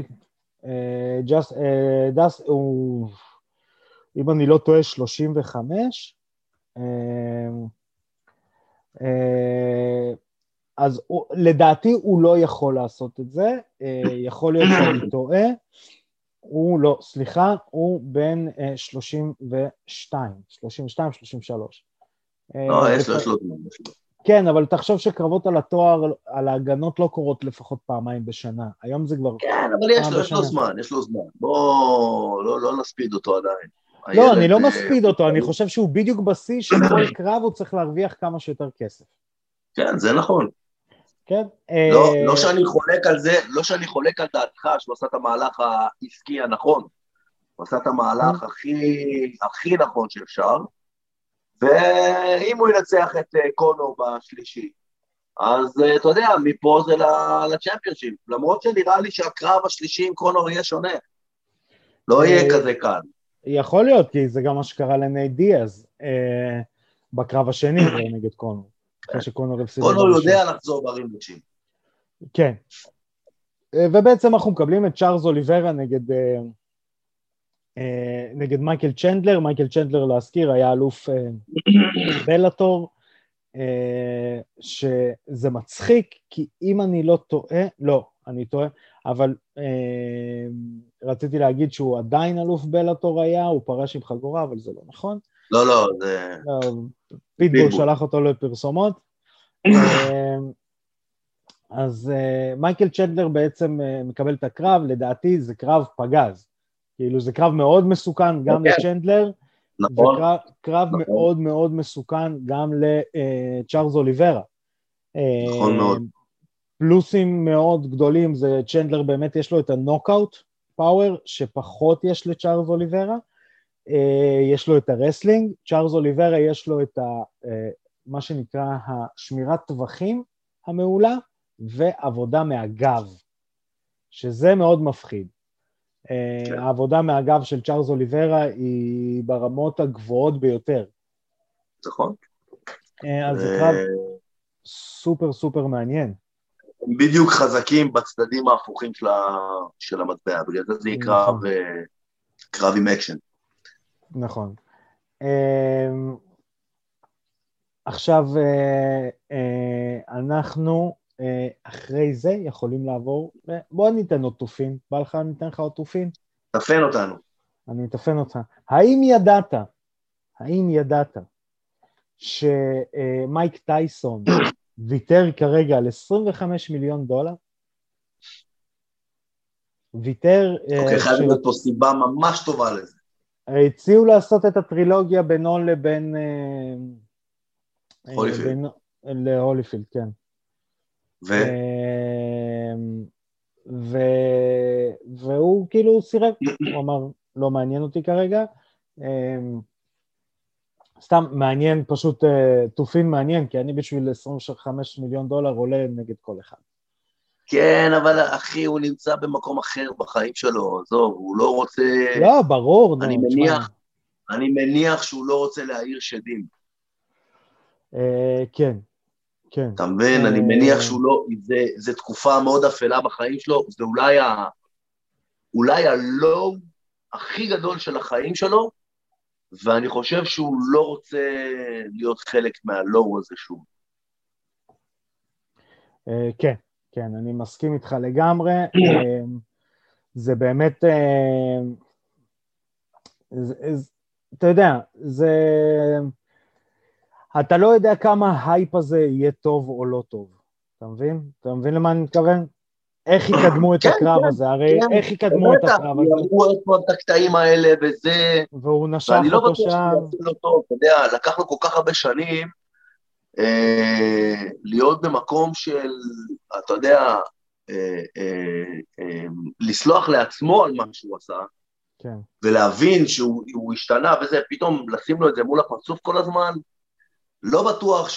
אם אני לא טועה, 35. אז לדעתי הוא לא יכול לעשות את זה, יכול להיות שאני טועה, הוא בין 32, 33. יש לו. כן, אבל תחשוב שקרבות על התואר, על ההגנות לא קורות לפחות פעמיים בשנה. היום זה כבר... כן, אבל יש לו זמן. בוא, לא נספיד אותו עדיין. לא, אני לא מספיד אותו, אני חושב שהוא בדיוק בשיא שכל קרב הוא צריך להרוויח כמה שיותר כסף. כן, זה נכון. כן. לא שאני חולק על זה, לא שאני חולק על דעתך שהוא עשה את המהלך העסקי הנכון. הוא עשה את המהלך הכי נכון שאפשר, ואם הוא ינצח את קונור בשלישי, אז אתה יודע, מפה זה לצ'מפיונשיפ, למרות שנראה לי שהקרב השלישי עם קונור יהיה שונה. לא יהיה כזה קל. יכול להיות, כי זה גם מה שקרה לנייט דיאז בקרב השני נגד קונור. קונור יודע לחזור ברימוצ'ים. כן. ובעצם אנחנו מקבלים את צ'ארלס אוליברה נגד מייקל צ'נדלר. מייקל צ'נדלר, להזכיר, היה אלוף בלאטור. שזה מצחיק, כי אם אני לא טועה, לא, אני טועה, אבל רציתי להגיד שהוא עדיין אלוף בלאטור היה, הוא פרש עם חגורה, אבל זה לא נכון. לא, לא, זה... פיטבול שלח אותו לפרסומות. אז מייקל צ'נדלר בעצם מקבל את הקרב, לדעתי זה קרב פגז, כאילו זה קרב מאוד מסוכן גם לצ'נדלר, וקרב מאוד מאוד מסוכן גם לצ'ארלס אוליברה. נכון מאוד. פלוסים מאוד גדולים, זה צ'נדלר באמת יש לו את הנוקאוט פאוור, שפחות יש לצ'ארלס אוליברה, יש לו את הרסלינג, צ'ארלס אוליברה יש לו את מה שנקרא השמירת טווחים המעולה, ועבודה מהגב, שזה מאוד מפחיד. העבודה מהגב של צ'ארלס אוליברה היא ברמות הגבוהות ביותר. נכון. אז זה קרב סופר סופר מעניין. בדיוק חזקים בצדדים ההפוכים של המטבע, בגלל זה זה קרב עם אקשן. נכון. עכשיו אנחנו אחרי זה יכולים לעבור, בוא ניתן עוד תופין, בא לך ניתן לך עוד תופין? תפן אותנו. אני אתפן אותך. האם ידעת שמייק טייסון ויתר כרגע על $25 מיליון? ויתר... אוקיי, חייב להיות פה סיבה ממש טובה לזה. הציעו לעשות את הטרילוגיה בינו לבין... הוליפילד. להוליפילד, כן. והוא כאילו סירב, הוא אמר, לא מעניין אותי כרגע, סתם מעניין, פשוט תופין מעניין, כי אני בשביל $25 מיליון עולה נגד כל אחד. כן, אבל אחי, הוא נמצא במקום אחר בחיים שלו, עזוב, הוא לא רוצה... לא, ברור, אני מניח שהוא לא רוצה להעיר שדים. כן. כן. אתה מבין, אני מניח שהוא לא, זה תקופה מאוד אפלה בחיים שלו, זה אולי הלואו הכי גדול של החיים שלו, ואני חושב שהוא לא רוצה להיות חלק מהלואו הזה שוב. כן, כן, אני מסכים איתך לגמרי, זה באמת, אתה יודע, אתה לא יודע כמה הייפ הזה יהיה טוב או לא טוב, אתה מבין? אתה מבין למה אני מתכוון? איך יקדמו את הקרב הזה, הרי איך יקדמו את הקרב הזה? יראו עוד פעם את הקטעים האלה וזה... והוא נשך אותו שם. אתה יודע, לקח לו כל כך הרבה שנים להיות במקום של, אתה יודע, לסלוח לעצמו על מה שהוא עשה, ולהבין שהוא השתנה וזה, פתאום לשים לו את זה מול הפרצוף כל הזמן, לא בטוח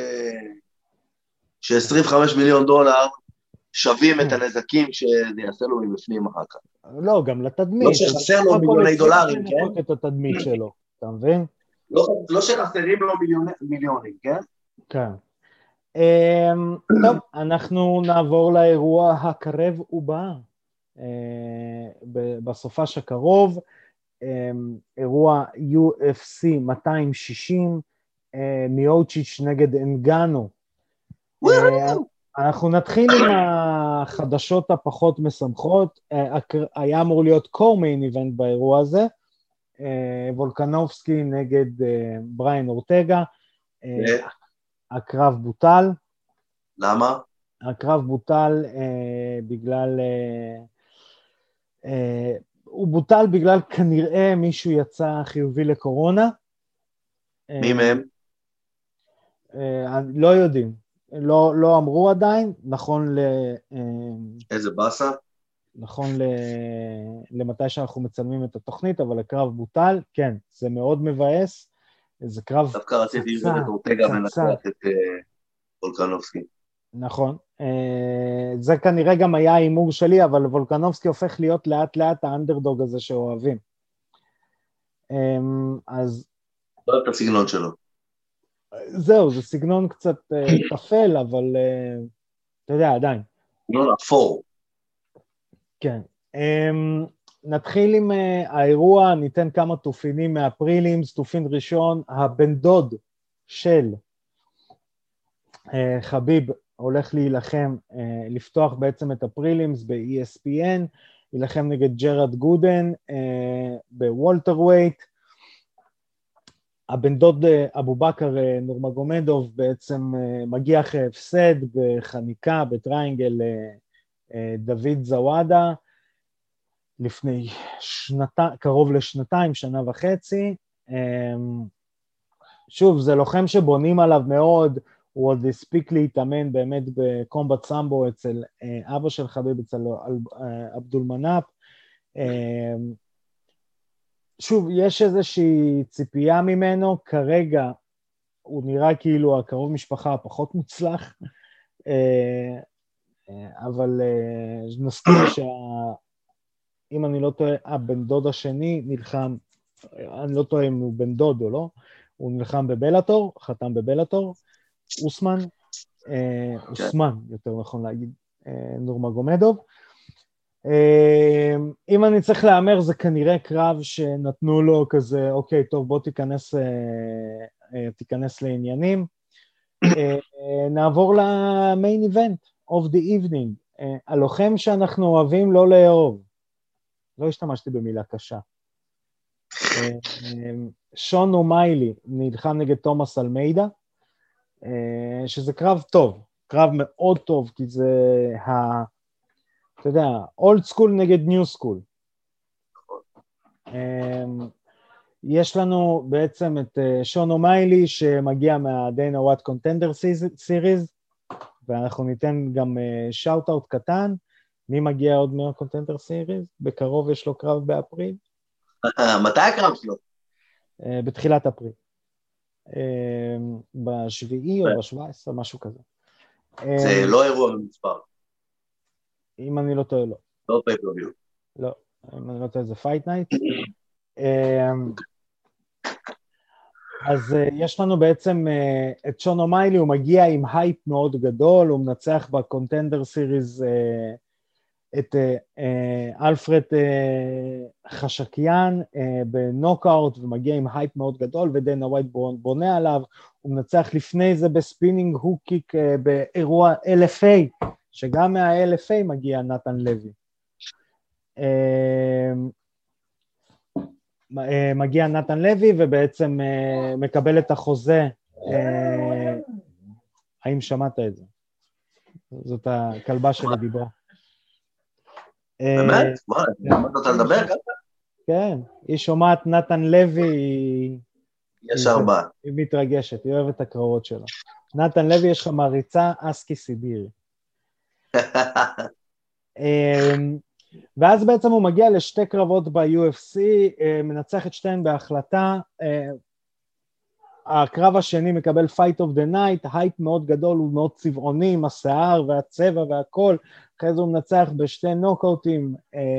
$25 מיליון שווים את הנזקים שזה יעשה לו מבפנים אחר כך. לא, גם לתדמית. לא שחסר לו מיליוני דולרים, כן? את התדמית שלו, אתה מבין? לא שחסרים לו מיליונים, כן? כן. טוב, אנחנו נעבור לאירוע הקרב ובא. בסופש הקרוב, אירוע UFC 260, מיוצ'יץ' נגד אנגנו. אנחנו נתחיל עם החדשות הפחות משמחות, היה אמור להיות קור-מיין איבנט באירוע הזה, וולקנובסקי נגד בריין אורטגה, הקרב בוטל. למה? הקרב בוטל בגלל, הוא בוטל בגלל כנראה מישהו יצא חיובי לקורונה. מי מהם? לא יודעים. לא אמרו עדיין, נכון איזה בסה? נכון למתי שאנחנו מצלמים את התוכנית, אבל הקרב בוטל, כן, זה מאוד מבאס, זה קרב דווקא רציתי לראות את אורטגה מנצח את וולקנובסקי. נכון, זה כנראה גם היה האימור שלי, אבל וולקנובסקי הופך להיות לאט לאט האנדרדוג הזה שאוהבים. אז... לא אוהב את הסגנון שלו. זהו, זה סגנון קצת תפל, אבל אתה יודע, עדיין. סגנון אפור. כן. נתחיל עם האירוע, ניתן כמה תופינים מהפרילימס, תופין ראשון, הבן דוד של חביב הולך להילחם, לפתוח בעצם את הפרילימס ב-ESPN, להילחם נגד ג'רד גודן בוולטר ווייט. הבן דוד אבו בכר נורמגומדוב בעצם מגיע אחרי הפסד בחניקה, בטריינגל דוד זוואדה, לפני קרוב לשנתיים, שנה וחצי. שוב, זה לוחם שבונים עליו מאוד, הוא עוד הספיק להתאמן באמת בקומבט סמבו אצל אבא של חביב, אצל עבדול מנאפ. שוב, יש איזושהי ציפייה ממנו, כרגע הוא נראה כאילו הקרוב משפחה הפחות מוצלח, אבל נסכים אם אני לא טועה, הבן דוד השני נלחם, אני לא טועה אם הוא בן דוד או לא, הוא נלחם בבלאטור, חתם בבלאטור, אוסמן, יותר נכון להגיד, נורמגומדוב. אם אני צריך לאמר, זה כנראה קרב שנתנו לו כזה, אוקיי, טוב, בוא תיכנס לעניינים. נעבור למיין איבנט of the evening, הלוחם שאנחנו אוהבים לא לאהוב. לא השתמשתי במילה קשה. שון אומיילי נלחם נגד תומאס אלמיידה, שזה קרב טוב, קרב מאוד טוב, כי זה אתה יודע, אולד סקול נגד ניו סקול. יש לנו בעצם את שון אומיילי שמגיע מהדיינה ווייט קונטנדר סיריז, ואנחנו ניתן גם שאוט-אוט קטן. מי מגיע עוד מהקונטנדר סיריז? בקרוב יש לו קרב באפריל. מתי הקרב שלו? בתחילת אפריל. בשביעי או ב-17, משהו כזה. זה לא אירוע במספר. אם אני לא טועה, לא. לא פייפריוויו. לא, אם אני לא טועה, זה פייט נייט. אז יש לנו בעצם את שון אומיילי, הוא מגיע עם הייפ מאוד גדול, הוא מנצח בקונטנדר סיריז את אלפרד חשקיאן בנוקאוט, ומגיע עם הייפ מאוד גדול, ודיינה ווייט בונה עליו, הוא מנצח לפני זה בספינינג הוקיק באירוע LFA, שגם מה-LFA מגיע נתן לוי. מגיע נתן לוי ובעצם מקבל את החוזה. האם שמעת את זה? זאת הכלבה שלי דיברה. באמת? מה? למדת אותה לדבר ככה? כן, היא שומעת נתן לוי, יש ארבעה. היא מתרגשת, היא אוהבת את הקרבות שלו. נתן לוי יש לך מעריצה אסקי סיבירי. ואז בעצם הוא מגיע לשתי קרבות ב-UFC, מנצח את שתיהן בהחלטה, הקרב השני מקבל Fight of the Night, הייפ מאוד גדול, הוא מאוד צבעוני, עם השיער והצבע והכל, אחרי זה הוא מנצח בשתי נוקאוטים,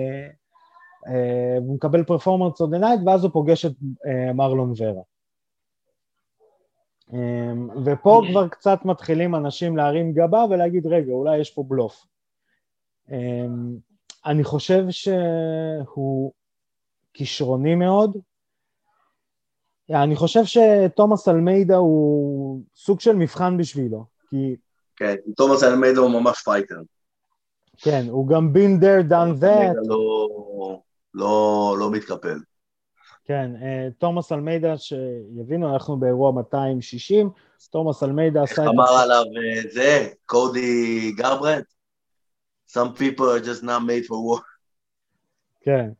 הוא מקבל Performance of the Night, ואז הוא פוגש את מרלון ורה. ופה כבר קצת מתחילים אנשים להרים גבה ולהגיד, רגע, אולי יש פה בלוף. אני חושב שהוא כישרוני מאוד, אני חושב שתומאס אלמיידה הוא סוג של מבחן בשבילו, כי... כן, תומאס אלמיידה הוא ממש פייטר. כן, הוא גם been there, done that. לא מתקפל. כן, תומאס אלמיידה, שיבינו, אנחנו באירוע 260, תומאס אלמיידה עשה את... אמר עליו זה, קודי גרברט, some people are just not made for war. כן.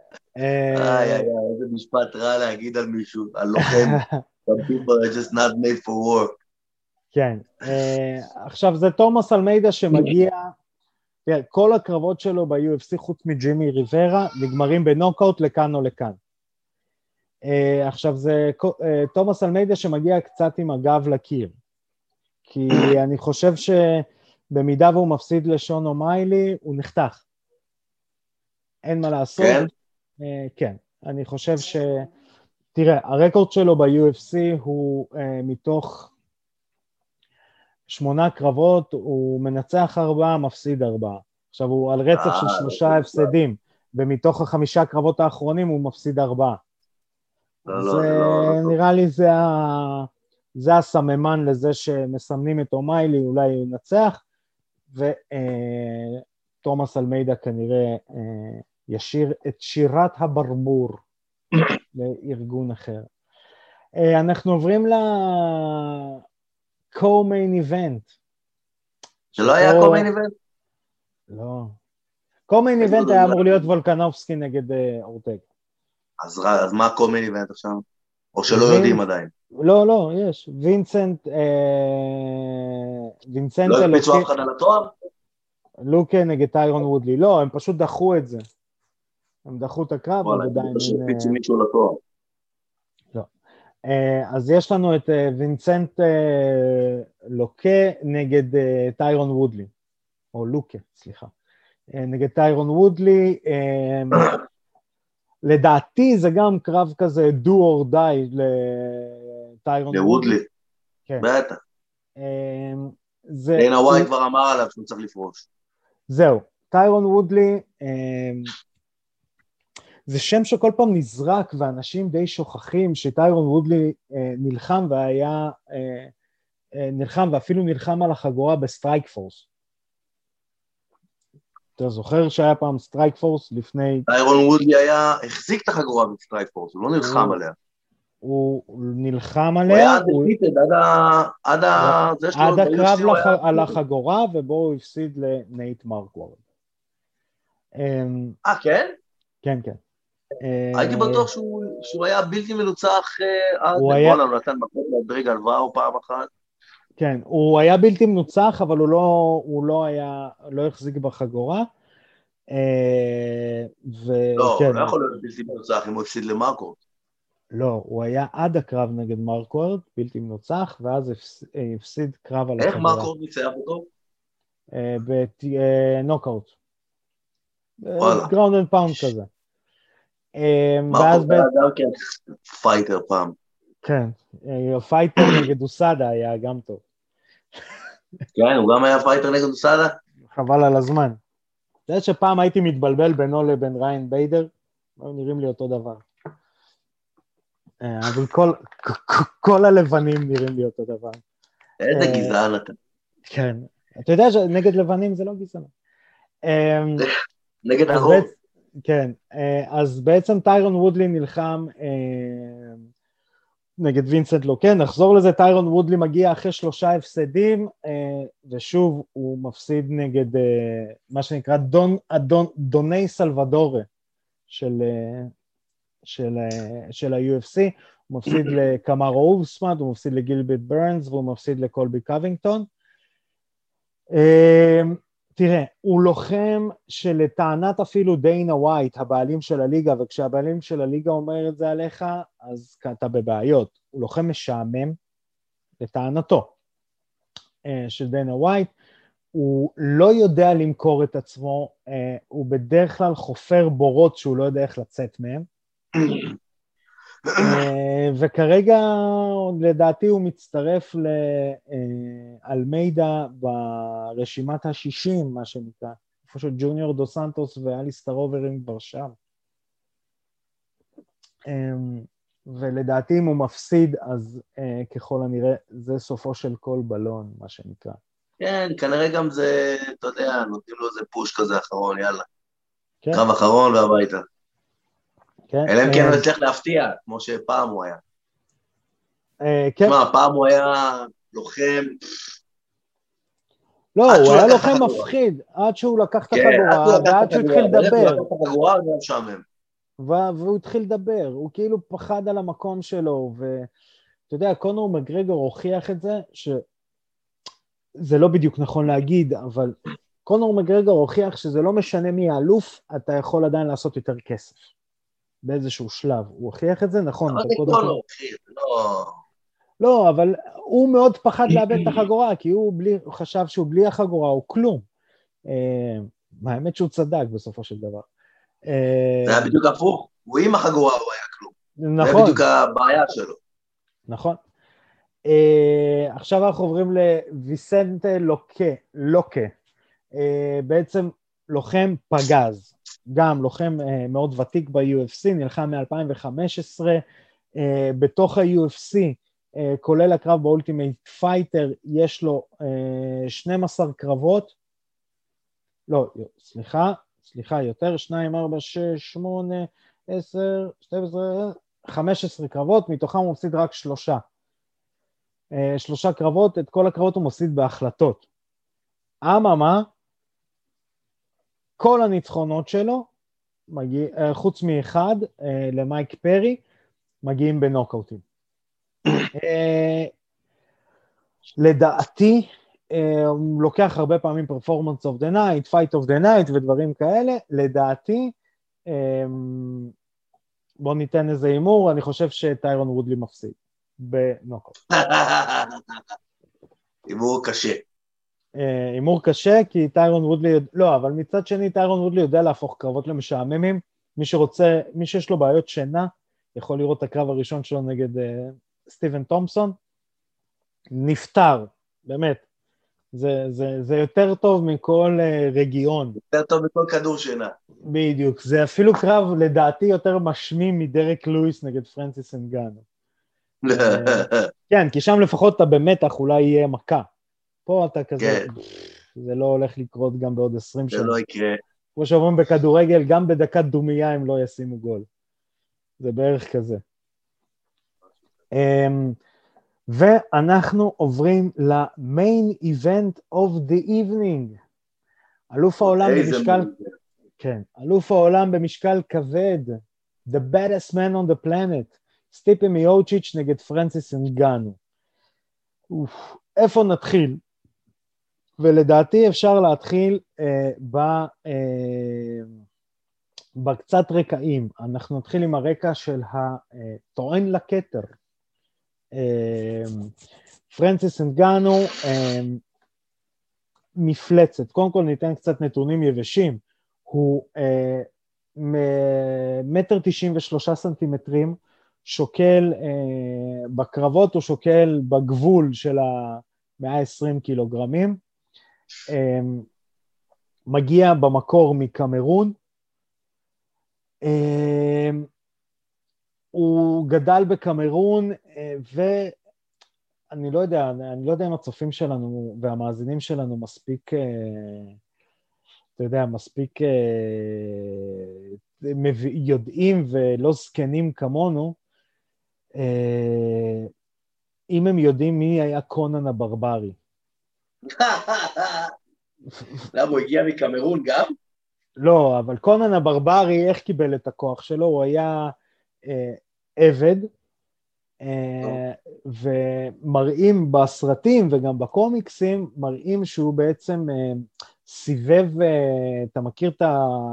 איזה משפט רע להגיד על מישהו, על לוחם, some people are just not made for war. כן, עכשיו זה תומאס אלמיידה שמגיע, כל הקרבות שלו ב-UFC חוץ מג'ימי ריברה, נגמרים בנוקאוט לכאן או לכאן. עכשיו זה תומאס אלמיידה שמגיע קצת עם הגב לקיר, כי אני חושב שבמידה והוא מפסיד לשון אומיילי, הוא נחתך. אין מה לעשות. כן? כן, אני חושב תראה, הרקורד שלו ב-UFC הוא מתוך 8 קרבות, הוא מנצח 4, מפסיד 4. עכשיו הוא על רצף של 3 הפסדים, ומתוך 5 קרבות האחרונים הוא מפסיד 4. אז נראה לי זה הסממן לזה שמסמנים את אומיילי, אולי הוא ינצח, ותומאס אלמיידה כנראה ישיר את שירת הברבור לארגון אחר. אנחנו עוברים ל-co-main event. זה לא היה co-main event? לא. co-main event היה אמור להיות וולקנובסקי נגד אורטגה. אז מה co-main event עכשיו? או שלא יודעים עדיין? לא, יש. וינסנט לא הקפיצו אף אחד על התואר? לוקה נגד טיירון וודלי. לא, הם פשוט דחו את זה. הם דחו את הקרב, אבל עדיין... פשוט הקפיצו מישהו לתואר. לא. אז יש לנו את וינסנט לוקה נגד טיירון וודלי. או לוקה, סליחה. נגד טיירון וודלי. לדעתי זה גם קרב כזה do or die לטיירון וודלי. כן. בטח. דיינה ווייט כבר אמר עליו שהוא צריך לפרוש. זהו, טיירון וודלי, זה שם שכל פעם נזרק ואנשים די שוכחים שטיירון וודלי נלחם והיה, נלחם ואפילו נלחם על החגורה בסטרייק פורס. אתה זוכר שהיה פעם סטרייק פורס לפני... טיירון וודלי החזיק את החגורה בסטרייק פורס, הוא לא נלחם עליה. הוא נלחם עליה, הוא היה עד הקרב על החגורה, ובו הוא הפסיד לנייט מרקוורד. כן? כן. הייתי בטוח שהוא היה בלתי מנוצח, בואו נתן מכות לדריג הלוואה פעם אחת. כן, הוא היה בלתי מנוצח, אבל הוא לא החזיק בחגורה. לא, לא יכול להיות בלתי מנוצח אם הוא הפסיד למרקוורד. לא, הוא היה עד הקרב נגד מרקוורד, בלתי מנוצח, ואז הפסיד קרב על החגורה. איך מרקוורד ניצח אותו? בנוקאוט. גראונד אנד פאונד כזה. מרקוורד היה גם כן פייטר פעם. כן, פייטר נגד אוסדה היה גם טוב. כן, הוא גם היה פייטר נגד אוסדה? חבל על הזמן. אתה יודע שפעם הייתי מתבלבל בינו לבין ריין ביידר, נראים לי אותו דבר. אבל כל הלבנים נראים לי אותו דבר. איזה גזען אתה. כן, אתה יודע שנגד לבנים זה לא גזען. נגד הרוב. כן, אז בעצם טיירון וודלי נלחם נגד וינסנט לוקה, נחזור לזה, טיירון וודלי מגיע אחרי 3 הפסדים, ושוב הוא מפסיד נגד מה שנקרא דוני סלבדורה של ה-UFC, הוא מפסיד לקמארו אובסמן, הוא מפסיד לגילברט ברנס, והוא מפסיד לקולבי קווינגטון. תראה, הוא לוחם שלטענת אפילו דיינה ווייט, הבעלים של הליגה, וכשהבעלים של הליגה אומר את זה עליך, אז אתה בבעיות. הוא לוחם משעמם, לטענתו של דיינה ווייט, הוא לא יודע למכור את עצמו, הוא בדרך כלל חופר בורות שהוא לא יודע איך לצאת מהם, וכרגע לדעתי הוא מצטרף לאלמיידה ברשימת ה-60, מה שנקרא, איפה שג'וניור דו סנטוס ואליסטר אוברים כבר שם. ולדעתי אם הוא מפסיד, אז ככל הנראה זה סופו של כל בלון, מה שנקרא. כן, כנראה גם זה, אתה יודע, נותנים לו איזה פוש כזה אחרון, יאללה. קרב אחרון והביתה. אלא אם כן הוא הצליח להפתיע, כמו שפעם הוא היה. תשמע, פעם הוא היה לוחם... לא, הוא היה לוחם מפחיד, עד שהוא לקח את החגורה, ועד שהוא התחיל לדבר. הוא לקח את החגורה, הוא היה משעמם. והוא התחיל לדבר, הוא כאילו פחד על המקום שלו, ואתה יודע, קונור מגרגור הוכיח את זה, שזה לא בדיוק נכון להגיד, אבל קונור מגרגור הוכיח שזה לא משנה מי האלוף, אתה יכול עדיין לעשות יותר כסף. באיזשהו שלב, הוא הוכיח את זה, נכון. אבל זה קונור, לא... לא, אבל הוא מאוד פחד לאבד את החגורה, כי הוא חשב שהוא בלי החגורה, הוא כלום. האמת שהוא צדק בסופו של דבר. זה היה בדיוק הפוך, הוא עם החגורה הוא היה כלום. נכון. זה בדיוק הבעיה שלו. נכון. עכשיו אנחנו עוברים לויסנטה לוקה. בעצם לוחם פגז, גם לוחם מאוד ותיק ב-UFC, נלחם מ-2015, בתוך ה-UFC כולל הקרב באולטימייט פייטר, יש לו 12 קרבות, לא, סליחה, יותר, 2, 4, 6, 8, 10, 12, 15 קרבות, מתוכם הוא מפסיד רק 3. 3 קרבות, את כל הקרבות הוא מפסיד בהחלטות. אממה, כל הניצחונות שלו, חוץ מאחד, למייק פרי, מגיעים בנוקאוטים. לדעתי, הוא לוקח הרבה פעמים performance of the night, fight of the night ודברים כאלה, לדעתי, בוא ניתן איזה אימור, אני חושב שטיירון וודלי מפסיד בנוקאוט. אימור קשה. אימור קשה, כי טיירון וודלי, לא, אבל מצד שני טיירון וודלי יודע להפוך קרבות למשעממים, מי שיש לו בעיות שינה, יכול לראות את הקרב הראשון שלו נגד סטיבן תומפסון, נפטר, באמת, זה יותר טוב מכל רגיון. יותר טוב מכל כדור שינה. בדיוק, זה אפילו קרב לדעתי יותר משמים מדרק לואיס נגד פרנסיס אנגאנו. כן, כי שם לפחות אתה במתח אולי יהיה מכה. פה אתה כזה, זה לא הולך לקרות גם בעוד 20 שנה. זה לא יקרה. כמו שאומרים בכדורגל, גם בדקת דומייה הם לא ישימו גול. זה בערך כזה. ואנחנו עוברים למיין איבנט of the evening. אלוף העולם במשקל, כן, אלוף העולם במשקל כבד, the baddest man on the planet, סטיפה מיוצ'יץ' נגד פרנסיס אנגאנו. איפה נתחיל? ולדעתי אפשר להתחיל בקצת רקעים. אנחנו נתחיל עם הרקע של הטוען לכתר. פרנסיס אנגאנו, מפלצת. קודם כל ניתן קצת נתונים יבשים. הוא 1.93 סנטימטרים, שוקל, בקרבות הוא שוקל בגבול של 120 קילוגרמים, מגיע במקור מקמרון, הוא גדל בקמרון, ואני לא יודע אם הצופים שלנו והמאזינים שלנו מספיק, אתה יודע, מספיק יודעים ולא זקנים כמונו, אם הם יודעים מי היה קונן הברברי. למה, הוא הגיע מקמרון גם? לא, אבל קונן הברברי, איך קיבל את הכוח שלו? הוא היה עבד, ומראים בסרטים וגם בקומיקסים, מראים שהוא בעצם סיבב, אתה מכיר את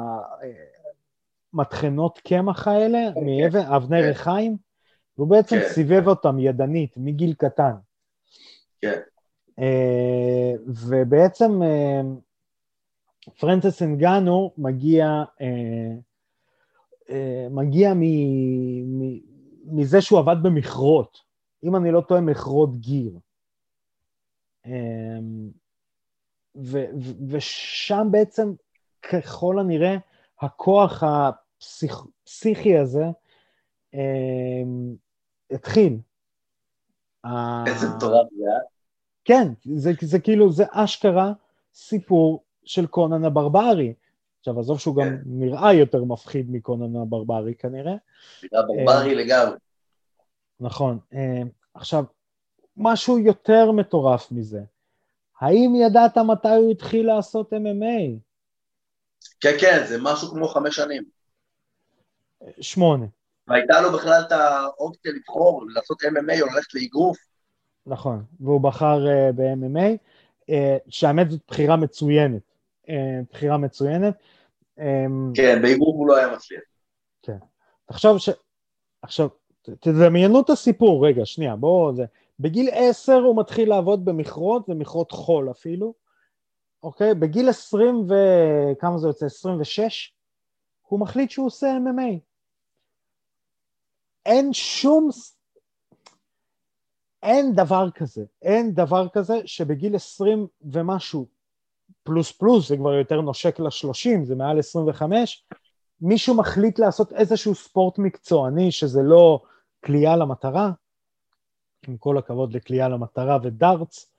המטחנות קמח האלה, מאבני ריחיים? והוא בעצם סיבב אותם ידנית, מגיל קטן. כן. ובעצם פרנסיס אנגאנו מגיע מזה שהוא עבד במכרות, אם אני לא טועה מכרות גיר. ושם בעצם ככל הנראה הכוח הפסיכי הזה התחיל. איזה מטורף זה, כן, זה כאילו, זה אשכרה סיפור של קונן הברברי. עכשיו, עזוב שהוא גם נראה יותר מפחיד מקונן הברברי כנראה. נראה ברברי לגמרי. נכון. עכשיו, משהו יותר מטורף מזה. האם ידעת מתי הוא התחיל לעשות MMA? כן, זה משהו כמו 5 שנים. 8. והייתה לו בכלל את האופציה לבחור, לעשות MMA או ללכת לאגרוף. נכון, והוא בחר ב-MMA, שהאמת זאת בחירה מצוינת. בחירה מצוינת. כן, באגרוף הוא לא היה מצליח. כן. עכשיו, תדמיינו את הסיפור, רגע, שנייה, בגיל 10 הוא מתחיל לעבוד במכרות, זה מכרות חול אפילו, אוקיי? בגיל 20 וכמה זה יוצא? 26, הוא מחליט שהוא עושה MMA. אין דבר כזה שבגיל 20 ומשהו, פלוס, זה כבר יותר נושק ל-30, זה מעל 25, מישהו מחליט לעשות איזשהו ספורט מקצועני, שזה לא קליעה למטרה, עם כל הכבוד לקליעה למטרה ודארטס,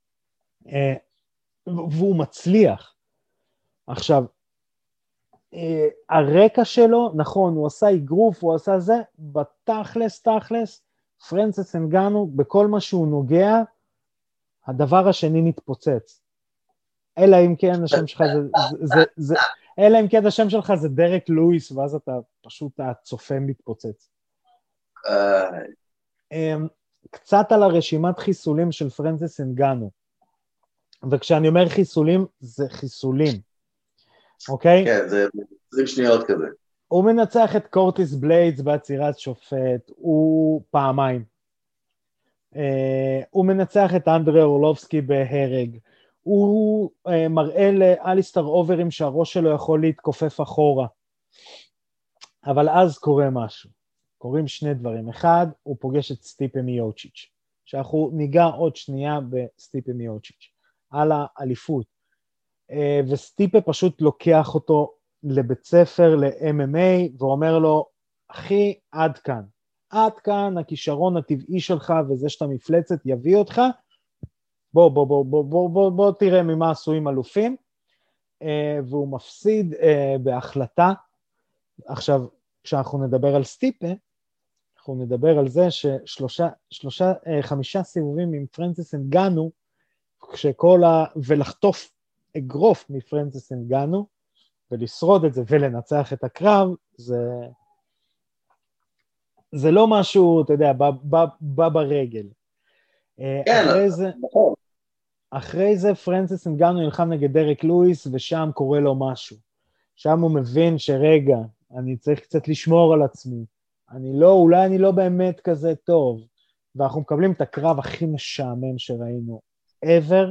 והוא מצליח. עכשיו, הרקע שלו, נכון, הוא עשה אגרוף, הוא עשה זה, בתכלס, פרנסס אנגאנו, בכל מה שהוא נוגע, הדבר השני מתפוצץ. אלא אם כן השם שלך אלא אם כן השם שלך זה דרק לואיס, ואז אתה פשוט הצופה מתפוצץ. קצת על הרשימת חיסולים של פרנסס אנגאנו, וכשאני אומר חיסולים, זה חיסולים, אוקיי? כן, זה 20 שניות כזה. הוא מנצח את קורטיס בליידס בעצירת שופט, הוא פעמיים. הוא מנצח את אנדרי אורלובסקי בהרג, הוא מראה לאליסטר אוברים שהראש שלו יכול להתכופף אחורה. אבל אז קורה משהו. קורים שני דברים. אחד, הוא פוגש את סטיפה מיוצ'יץ', שאנחנו ניגע עוד שנייה בסטיפה מיוצ'יץ', על האליפות. וסטיפה פשוט לוקח אותו לבית ספר, ל-MMA, ואומר לו, אחי, עד כאן. עד כאן הכישרון הטבעי שלך, וזה שאתה מפלצת יביא אותך, בוא תראה ממה עשויים אלופים, והוא מפסיד בהחלטה. עכשיו, כשאנחנו נדבר על סטיפה, אנחנו נדבר על זה חמישה סיבובים עם פרנסס אנגאנו, ולחטוף אגרוף מפרנסס אנגאנו, ולשרוד את זה ולנצח את הקרב, זה לא משהו, אתה יודע, בא ברגל. כן, נכון. אחרי זה פרנסס אנגאנו נלחם נגד דרק לואיס, ושם קורה לו משהו. שם הוא מבין שרגע, אני צריך קצת לשמור על עצמי. אולי אני לא באמת כזה טוב. ואנחנו מקבלים את הקרב הכי משעמם שראינו ever.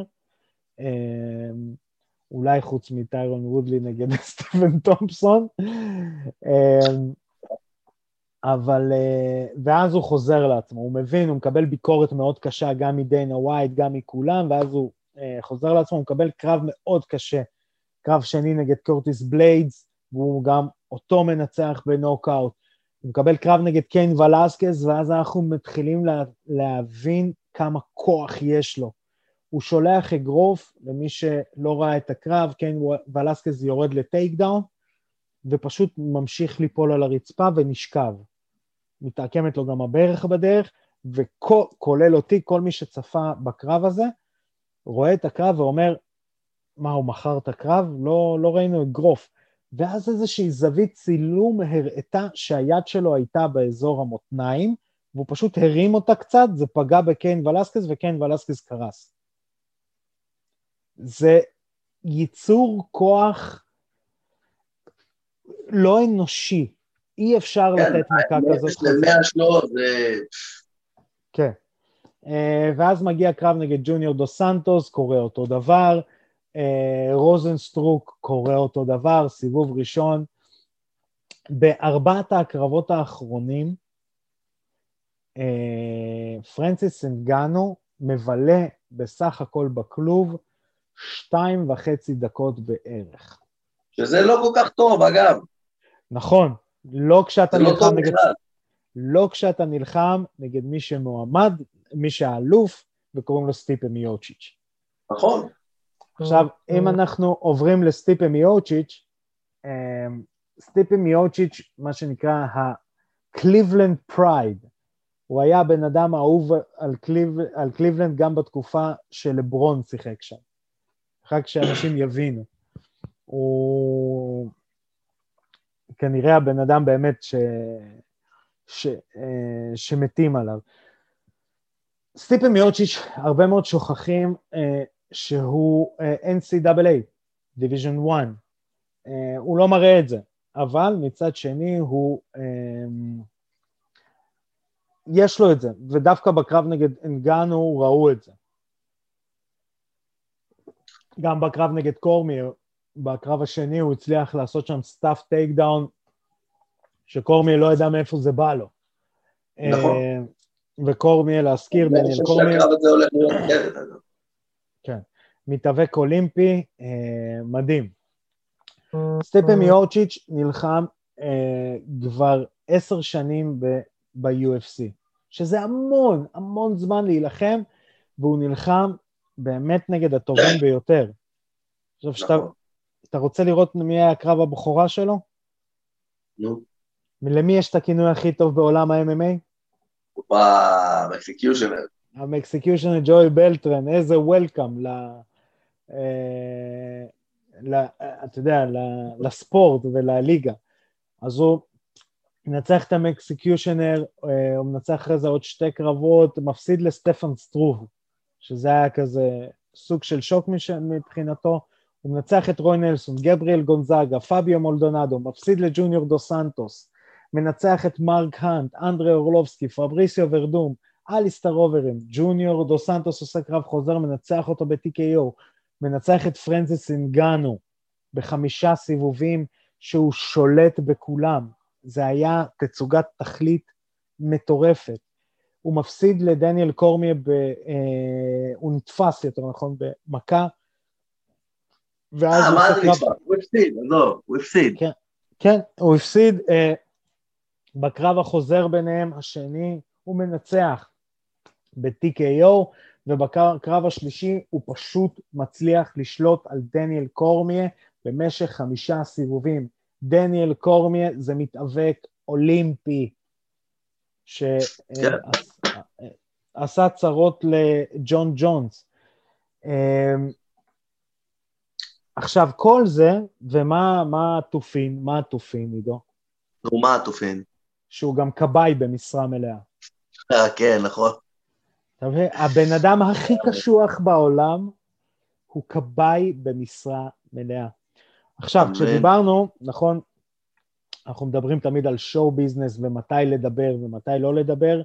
אולי חוץ מטיירון וודלי נגד סטיבן תומפסון. אבל, ואז הוא חוזר לעצמו, הוא מבין, הוא מקבל ביקורת מאוד קשה, גם מדיינה ווייט, גם מכולם, ואז הוא חוזר לעצמו, הוא מקבל קרב מאוד קשה, קרב שני נגד קורטיס בליידס, והוא גם אותו מנצח בנוקאוט, הוא מקבל קרב נגד קיין ולסקז, ואז אנחנו מתחילים להבין כמה כוח יש לו, הוא שולח אגרוף, למי שלא ראה את הקרב, קיין ולסקז יורד לטייק דאון, ופשוט ממשיך ליפול על הרצפה ונשכב. מתעקמת לו גם הברך בדרך, וכולל אותי, כל מי שצפה בקרב הזה, רואה את הקרב ואומר, מה, הוא מכר את הקרב? לא ראינו אגרוף. ואז איזושהי זווית צילום הראתה שהיד שלו הייתה באזור המותניים, והוא פשוט הרים אותה קצת, זה פגע בקיין ולסקז, וקיין ולסקז קרס. זה ייצור כוח לא אנושי, אי אפשר לתת מכה כזאת חזרה. 100 שנות, זה... כן. ואז מגיע קרב נגד ג'וניור דו סנטוס, קורה אותו דבר, רוזנסטרוק קורה אותו דבר, סיבוב ראשון. בארבעת הקרבות האחרונים, פרנסיס אנגאנו מבלה בסך הכל בכלוב 2.5 דקות בערך. שזה לא כל כך טוב, אגב. נכון, לא כשאתה נלחם נגד... בכלל. לא כשאתה נלחם נגד מי שמועמד, מי שהאלוף, וקוראים לו סטיפה מיוצ'יץ'. נכון. עכשיו, אם אנחנו עוברים לסטיפה מיוצ'יץ', סטיפה מיוצ'יץ', מה שנקרא הקליבלנד פרייד, הוא היה בן אדם אהוב על קליבלנד גם בתקופה שלברון שיחק שם. רק שאנשים יבינו. הוא כנראה הבן אדם באמת שמתים עליו. סטיפה מיוצ'יץ', הרבה מאוד שוכחים שהוא NCAA, Division 1. הוא לא מראה את זה, אבל מצד שני הוא, יש לו את זה, ודווקא בקרב נגד אנגאנו ראו את זה. גם בקרב נגד קורמיר, בקרב השני הוא הצליח לעשות שם סטאפ טייק דאון, שקורמיר לא ידע מאיפה זה בא לו. נכון. וקורמיר, להזכיר, דניאל קורמיר. שהקרב הזה הולך להיות קרת. כן, מתאבק אולימפי, מדהים. סטיפה מיוצ'יץ' נלחם כבר 10 שנים ב-UFC. שזה המון, המון זמן להילחם, והוא נלחם באמת נגד הטובים ביותר. עכשיו, שאתה רוצה לראות מי היה הקרב הבכורה שלו? נו. למי יש את הכינוי הכי טוב בעולם ה-MMA? אקסקיושנר. המקסקיושנר ג'וי בלטרן, איזה וולקאם אתה יודע, לספורט ולליגה. אז הוא מנצח את המקסקיושנר, הוא מנצח אחרי זה עוד 2 קרבות, מפסיד לסטפן סטרוב, שזה היה כזה סוג של שוק מבחינתו, הוא מנצח את רוי נלסון, גבריאל גונזאגה, פאביו מולדונדו, מפסיד לג'וניור דו סנטוס, מנצח את מרק האנט, אנדרי אורלובסקי, פבריסיו ורדום, אליסטר רוברים, ג'וניור דו סנטוס עושה קרב חוזר, מנצח אותו ב-TKO, מנצח את פרנסיס אינגאנו, ב5 סיבובים שהוא שולט בכולם, זה היה תצוגת תכלית מטורפת, הוא מפסיד לדניאל קורמיה, הוא נתפס יותר נכון במכה, ואז מה זה נתפס? הוא הפסיד, לא, הוא הפסיד. כן, הוא הפסיד, בקרב החוזר ביניהם, השני הוא מנצח ב-TKO, ובקרב השלישי הוא פשוט מצליח לשלוט על דניאל קורמיה במשך 5 סיבובים. דניאל קורמיה זה מתאבק אולימפי, שעשה צרות לג'ון ג'ונס. עכשיו כל זה, ומה התופין? מה התופין, עידו? מה התופין? שהוא גם קבאי במשרה מלאה. כן, נכון. הבן אדם הכי קשוח בעולם, הוא קבאי במשרה מלאה. עכשיו, כשדיברנו, נכון, אנחנו מדברים תמיד על שואו ביזנס, ומתי לדבר ומתי לא לדבר,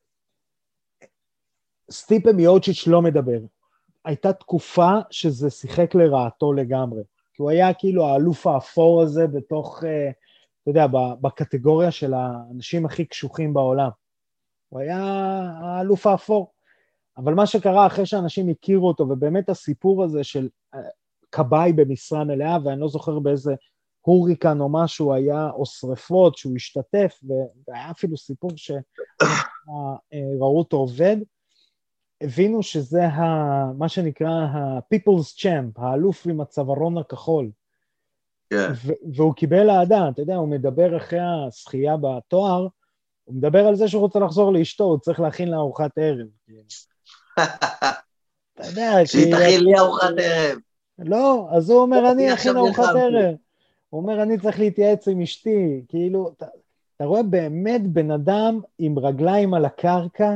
סטיפה מיוצ'יץ' לא מדבר. הייתה תקופה שזה שיחק לרעתו לגמרי, כי הוא היה כאילו האלוף האפור הזה בתוך, אתה יודע, בקטגוריה של האנשים הכי קשוחים בעולם. הוא היה האלוף האפור. אבל מה שקרה אחרי שאנשים הכירו אותו, ובאמת הסיפור הזה של קבאי במשרה מלאה, ואני לא זוכר באיזה הוריקן או משהו היה, או שריפות שהוא השתתף, והיה אפילו סיפור שראו אותו עובד, הבינו שזה מה שנקרא ה-People's Champ, האלוף עם הצווארון הכחול. והוא קיבל אהדה, אתה יודע, הוא מדבר אחרי השחייה בתואר, הוא מדבר על זה שהוא רוצה לחזור לאשתו, הוא צריך להכין לה ארוחת ערב. אתה יודע, שהיא תכין לי ארוחת ערב. לא, אז הוא אומר, אני אכין ארוחת ערב. הוא אומר, אני צריך להתייעץ עם אשתי. כאילו, אתה רואה באמת בן אדם עם רגליים על הקרקע,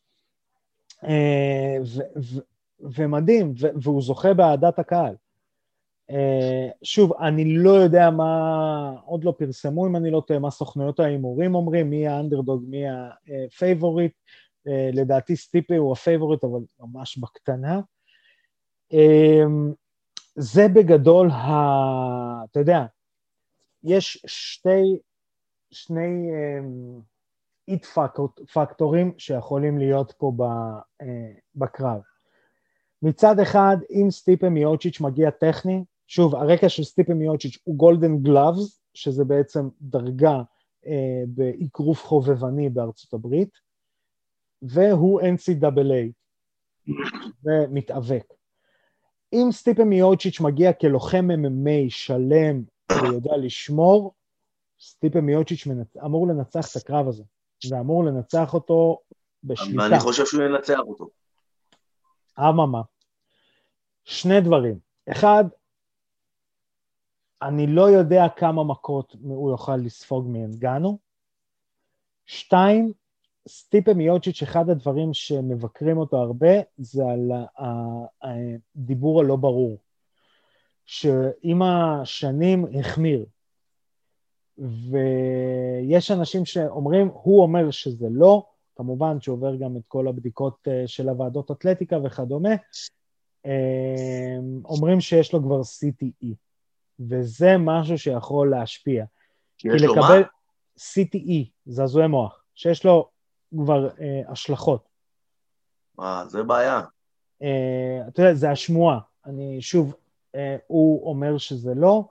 ומדהים, והוא זוכה באהדת הקהל. שוב, אני לא יודע מה, עוד לא פרסמו אם אני לא טועה, מה סוכנויות ההימורים אומרים, מי האנדרדוג, מי הפייבוריט, לדעתי סטיפה הוא הפייבוריט, אבל ממש בקטנה. זה בגדול, אתה יודע, יש שני איט פקטורים שיכולים להיות פה בקרב. מצד אחד, אם סטיפה מיוצ'יץ' מגיע טכני, שוב, הרקע של סטיפה מיוצ'יץ' הוא גולדן גלאבס, שזה בעצם דרגה באגרוף חובבני בארצות הברית, והוא NCAA, ומתאבק. אם סטיפה מיוצ'יץ' מגיע כלוחם MMA שלם ויודע לשמור, סטיפה מיוצ'יץ' אמור לנצח את הקרב הזה, ואמור לנצח אותו בשליטה. ואני חושב שהוא ינצח אותו. אממה, 2 דברים. אחד, אני לא יודע כמה מכות הוא יוכל לספוג מאנגאנו. 2, סטיפה מיוצ'יץ', אחד הדברים שמבקרים אותו הרבה, זה על הדיבור הלא ברור. שעם השנים החמיר. ויש אנשים שאומרים, הוא אומר שזה לא, כמובן שעובר גם את כל הבדיקות של הוועדות אתלטיקה וכדומה, אומרים שיש לו כבר CTE, וזה משהו שיכול להשפיע. יש לו מה? CTE, זעזועי מוח, שיש לו כבר השלכות. זה בעיה. אתה יודע, זה השמועה. שוב, הוא אומר שזה לא,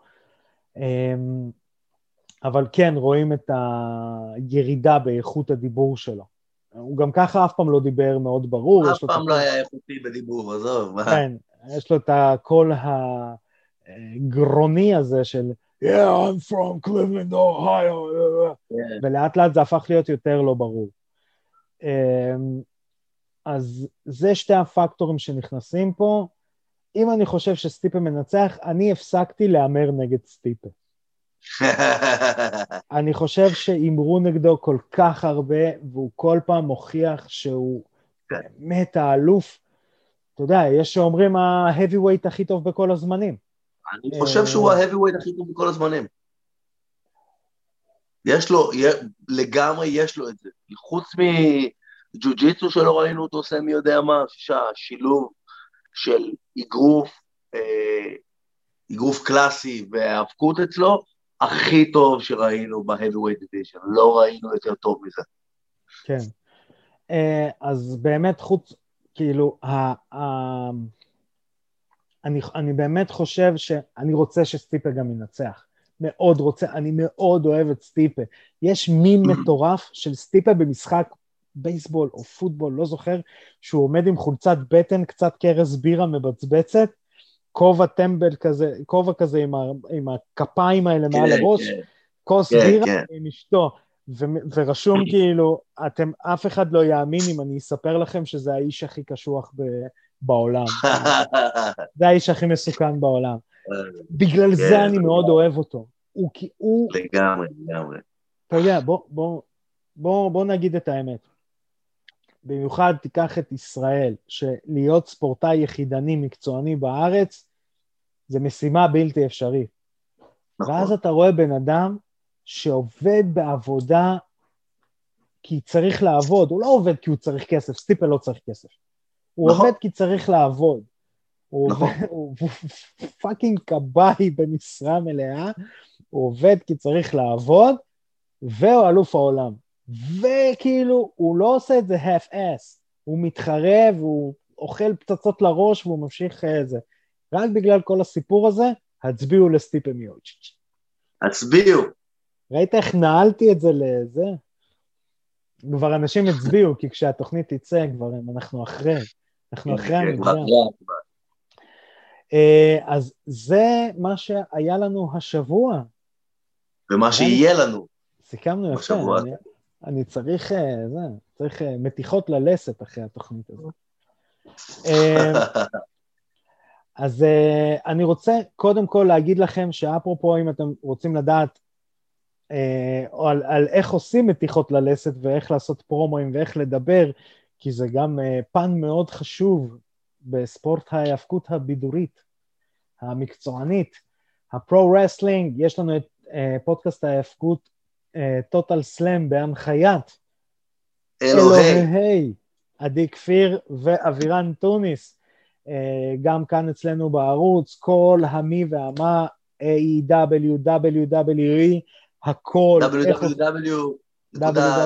אבל כן רואים את הירידה באיכות הדיבור שלו. הוא גם ככה אף פעם לא דיבר מאוד ברור. אף פעם לא היה איכותי בדיבור, עזוב. כן, יש לו את הקול הגרוני הזה של Yeah, I'm from Cleveland, Ohio. ולאט לאט זה הפך להיות יותר לא ברור. אז זה שתי הפקטורים שנכנסים פה. אם אני חושב שסטיפה מנצח, אני הפסקתי לאמר נגד סטיפה. אני חושב שאמרו נגדו כל כך הרבה, והוא כל פעם מוכיח שהוא באמת האלוף. אתה יודע, יש שאומרים ה-heavyweight הכי טוב בכל הזמנים. אני חושב שהוא ה-heavyweight הכי טוב בכל הזמנים. יש לו, לגמרי יש לו את זה. חוץ מג'ו-ג'יטסו שלא ראינו אותו עושה מי יודע מה, שילוב של אגרוף קלאסי והאבקות אצלו, הכי טוב שראינו ב-heavyweight division. לא ראינו יותר טוב מזה. כן. אז באמת חוץ, כאילו, אני באמת חושב שאני רוצה שסטיפה גם ינצח. מאוד רוצה, אני מאוד אוהב את סטיפה. יש מים מטורף של סטיפה במשחק בייסבול או פוטבול, לא זוכר, שהוא עומד עם חולצת בטן, קצת קרס בירה מבצבצת, כובע טמבל כזה, כובע כזה עם הכפיים האלה מעל הראש, כוס בירה עם אשתו, ורשום כאילו, אף אחד לא יאמין אם אני אספר לכם שזה האיש הכי קשוח בעולם. זה האיש הכי מסוכן בעולם. בגלל זה אני מאוד אוהב אותו. לגמרי. אתה יודע, בוא נגיד את האמת. במיוחד תיקח את ישראל, שלהיות ספורטאי יחידני מקצועני בארץ, זה משימה בלתי אפשרית. ואז אתה רואה בן אדם שעובד בעבודה כי צריך לעבוד, הוא לא עובד כי הוא צריך כסף, סטיפה לא צריך כסף. הוא עובד כי צריך לעבוד. הוא פאקינג קבאי במשרה מלאה, הוא עובד כי צריך לעבוד, והוא אלוף העולם. וכאילו, הוא לא עושה את זה half-ass, הוא מתחרב, הוא אוכל פצצות לראש, והוא ממשיך זה. רק בגלל כל הסיפור הזה, הצביעו לסטיפה מיוצ'יץ'. הצביעו. ראית איך נעלתי את זה לזה? כבר אנשים הצביעו, כי כשהתוכנית תצא, כבר אנחנו אחרי. אנחנו אחרי המגזר. אז זה מה שהיה לנו השבוע. ומה שיהיה לנו. סיכמנו יפה. אני צריך מתיחות ללסת אחרי התוכנית הזאת. אז אני רוצה קודם כל להגיד לכם שאפרופו אם אתם רוצים לדעת על איך עושים מתיחות ללסת ואיך לעשות פרומואים ואיך לדבר, כי זה גם פן מאוד חשוב בספורט ההאבקות הבידורית, המקצוענית, הפרו-רסלינג. יש לנו את פודקאסט ההאבקות טוטל סלאם בהנחיית אלוהי עדי כפיר ואבירן טוניס, גם כאן אצלנו בערוץ, כל המי והמה, AEW, WWE, הכל. www.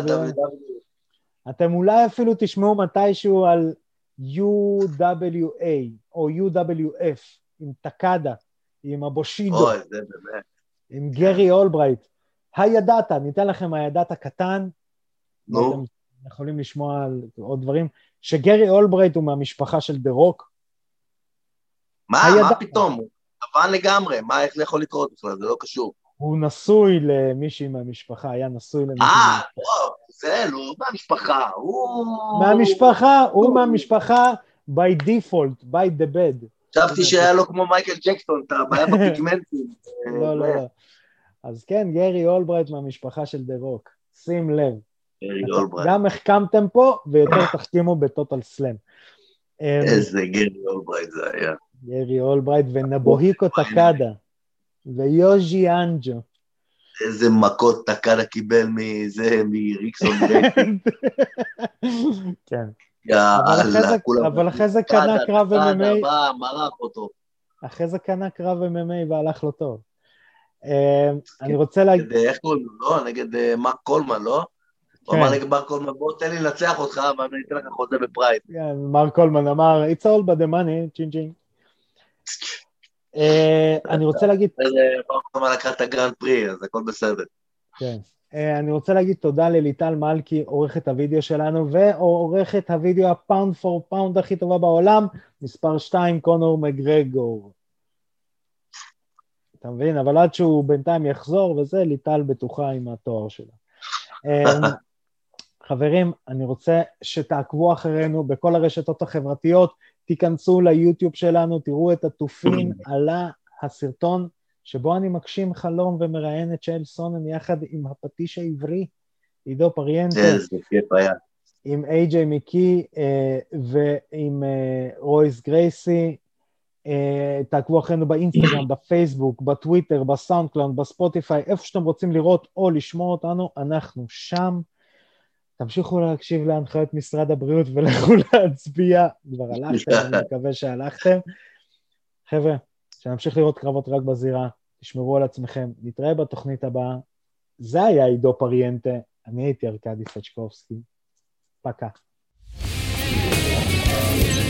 אתם אולי אפילו תשמעו מתישהו על UWA או UWF, עם טקדה, עם הבושידו, עם גרי אולברייט. הידעת, ניתן לכם הידעת הקטן, ואתם יכולים לשמוע על עוד דברים, שגרי אולברייט הוא מהמשפחה של דה רוק. מה פתאום? הוא לבן לגמרי, איך זה יכול לקרות בכלל? זה לא קשור. הוא נשוי למישהי מהמשפחה, היה נשוי למישהי מהמשפחה. זה לא מהמשפחה, הוא מהמשפחה by default, by the bed. חשבתי שהיה לו כמו מייקל ג'קסון, אתה בעיה בפיגמנטים. לא. אז כן, גרי אולברייט מהמשפחה של דה רוק, שים לב. גם החכמתם פה, ויותר תחכימו בטוטל סלאם. איזה גרי אולברייט זה היה. גרי אולברייט ונבוהיקו טקדה, ויוז'י אנג'ו. איזה מכות טקדה קיבל מריקסון גרייטי. כן. אבל אחרי זה קנה קרב MMA. מרח אותו. אחרי זה קנה קרב MMA והלך לו טוב. אני רוצה להגיד... איך קוראים לו, לא? נגד מרק קולמן, לא? הוא אמר נגד מרק קולמן, בוא תן לי לנצח אותך, ואני אתן לך חוזה בפרייד. מרק קולמן אמר, it's all but the money, צ'ינג'ינג. אני רוצה להגיד... מרק קולמן לקח את הגרנד פרי, אז הכל בסדר. כן. אני רוצה להגיד תודה לליטל מלכי, עורכת הוידאו שלנו, ועורכת הוידאו הפאונד פור פאונד הכי טובה בעולם, מספר 2, קונור מגרגור. אתה מבין? אבל עד שהוא בינתיים יחזור, וזה ליטל בטוחה עם התואר שלה. חברים, אני רוצה שתעקבו אחרינו בכל הרשתות החברתיות, תיכנסו ליוטיוב שלנו, תראו את התופין, עלה הסרטון שבו אני מגשים חלום ומראיין את שאל סונן יחד עם הפטיש העברי, עידו פריאנטה, עם איי-ג'יי מיקי ועם רויס גרייסי. תעקבו אחרינו באינסטגרם, בפייסבוק, בטוויטר, בסאונדקלאוד, בספוטיפיי, איפה שאתם רוצים לראות או לשמוע אותנו, אנחנו שם. תמשיכו להקשיב להנחיות משרד הבריאות ולכו להצביע, כבר הלכתם, אני מקווה שהלכתם. חבר'ה, שנמשיך לראות קרבות רק בזירה, תשמרו על עצמכם, נתראה בתוכנית הבאה. זה היה עידו פריאנטה, אני הייתי ארקדי סצ'קובסקי, פקה.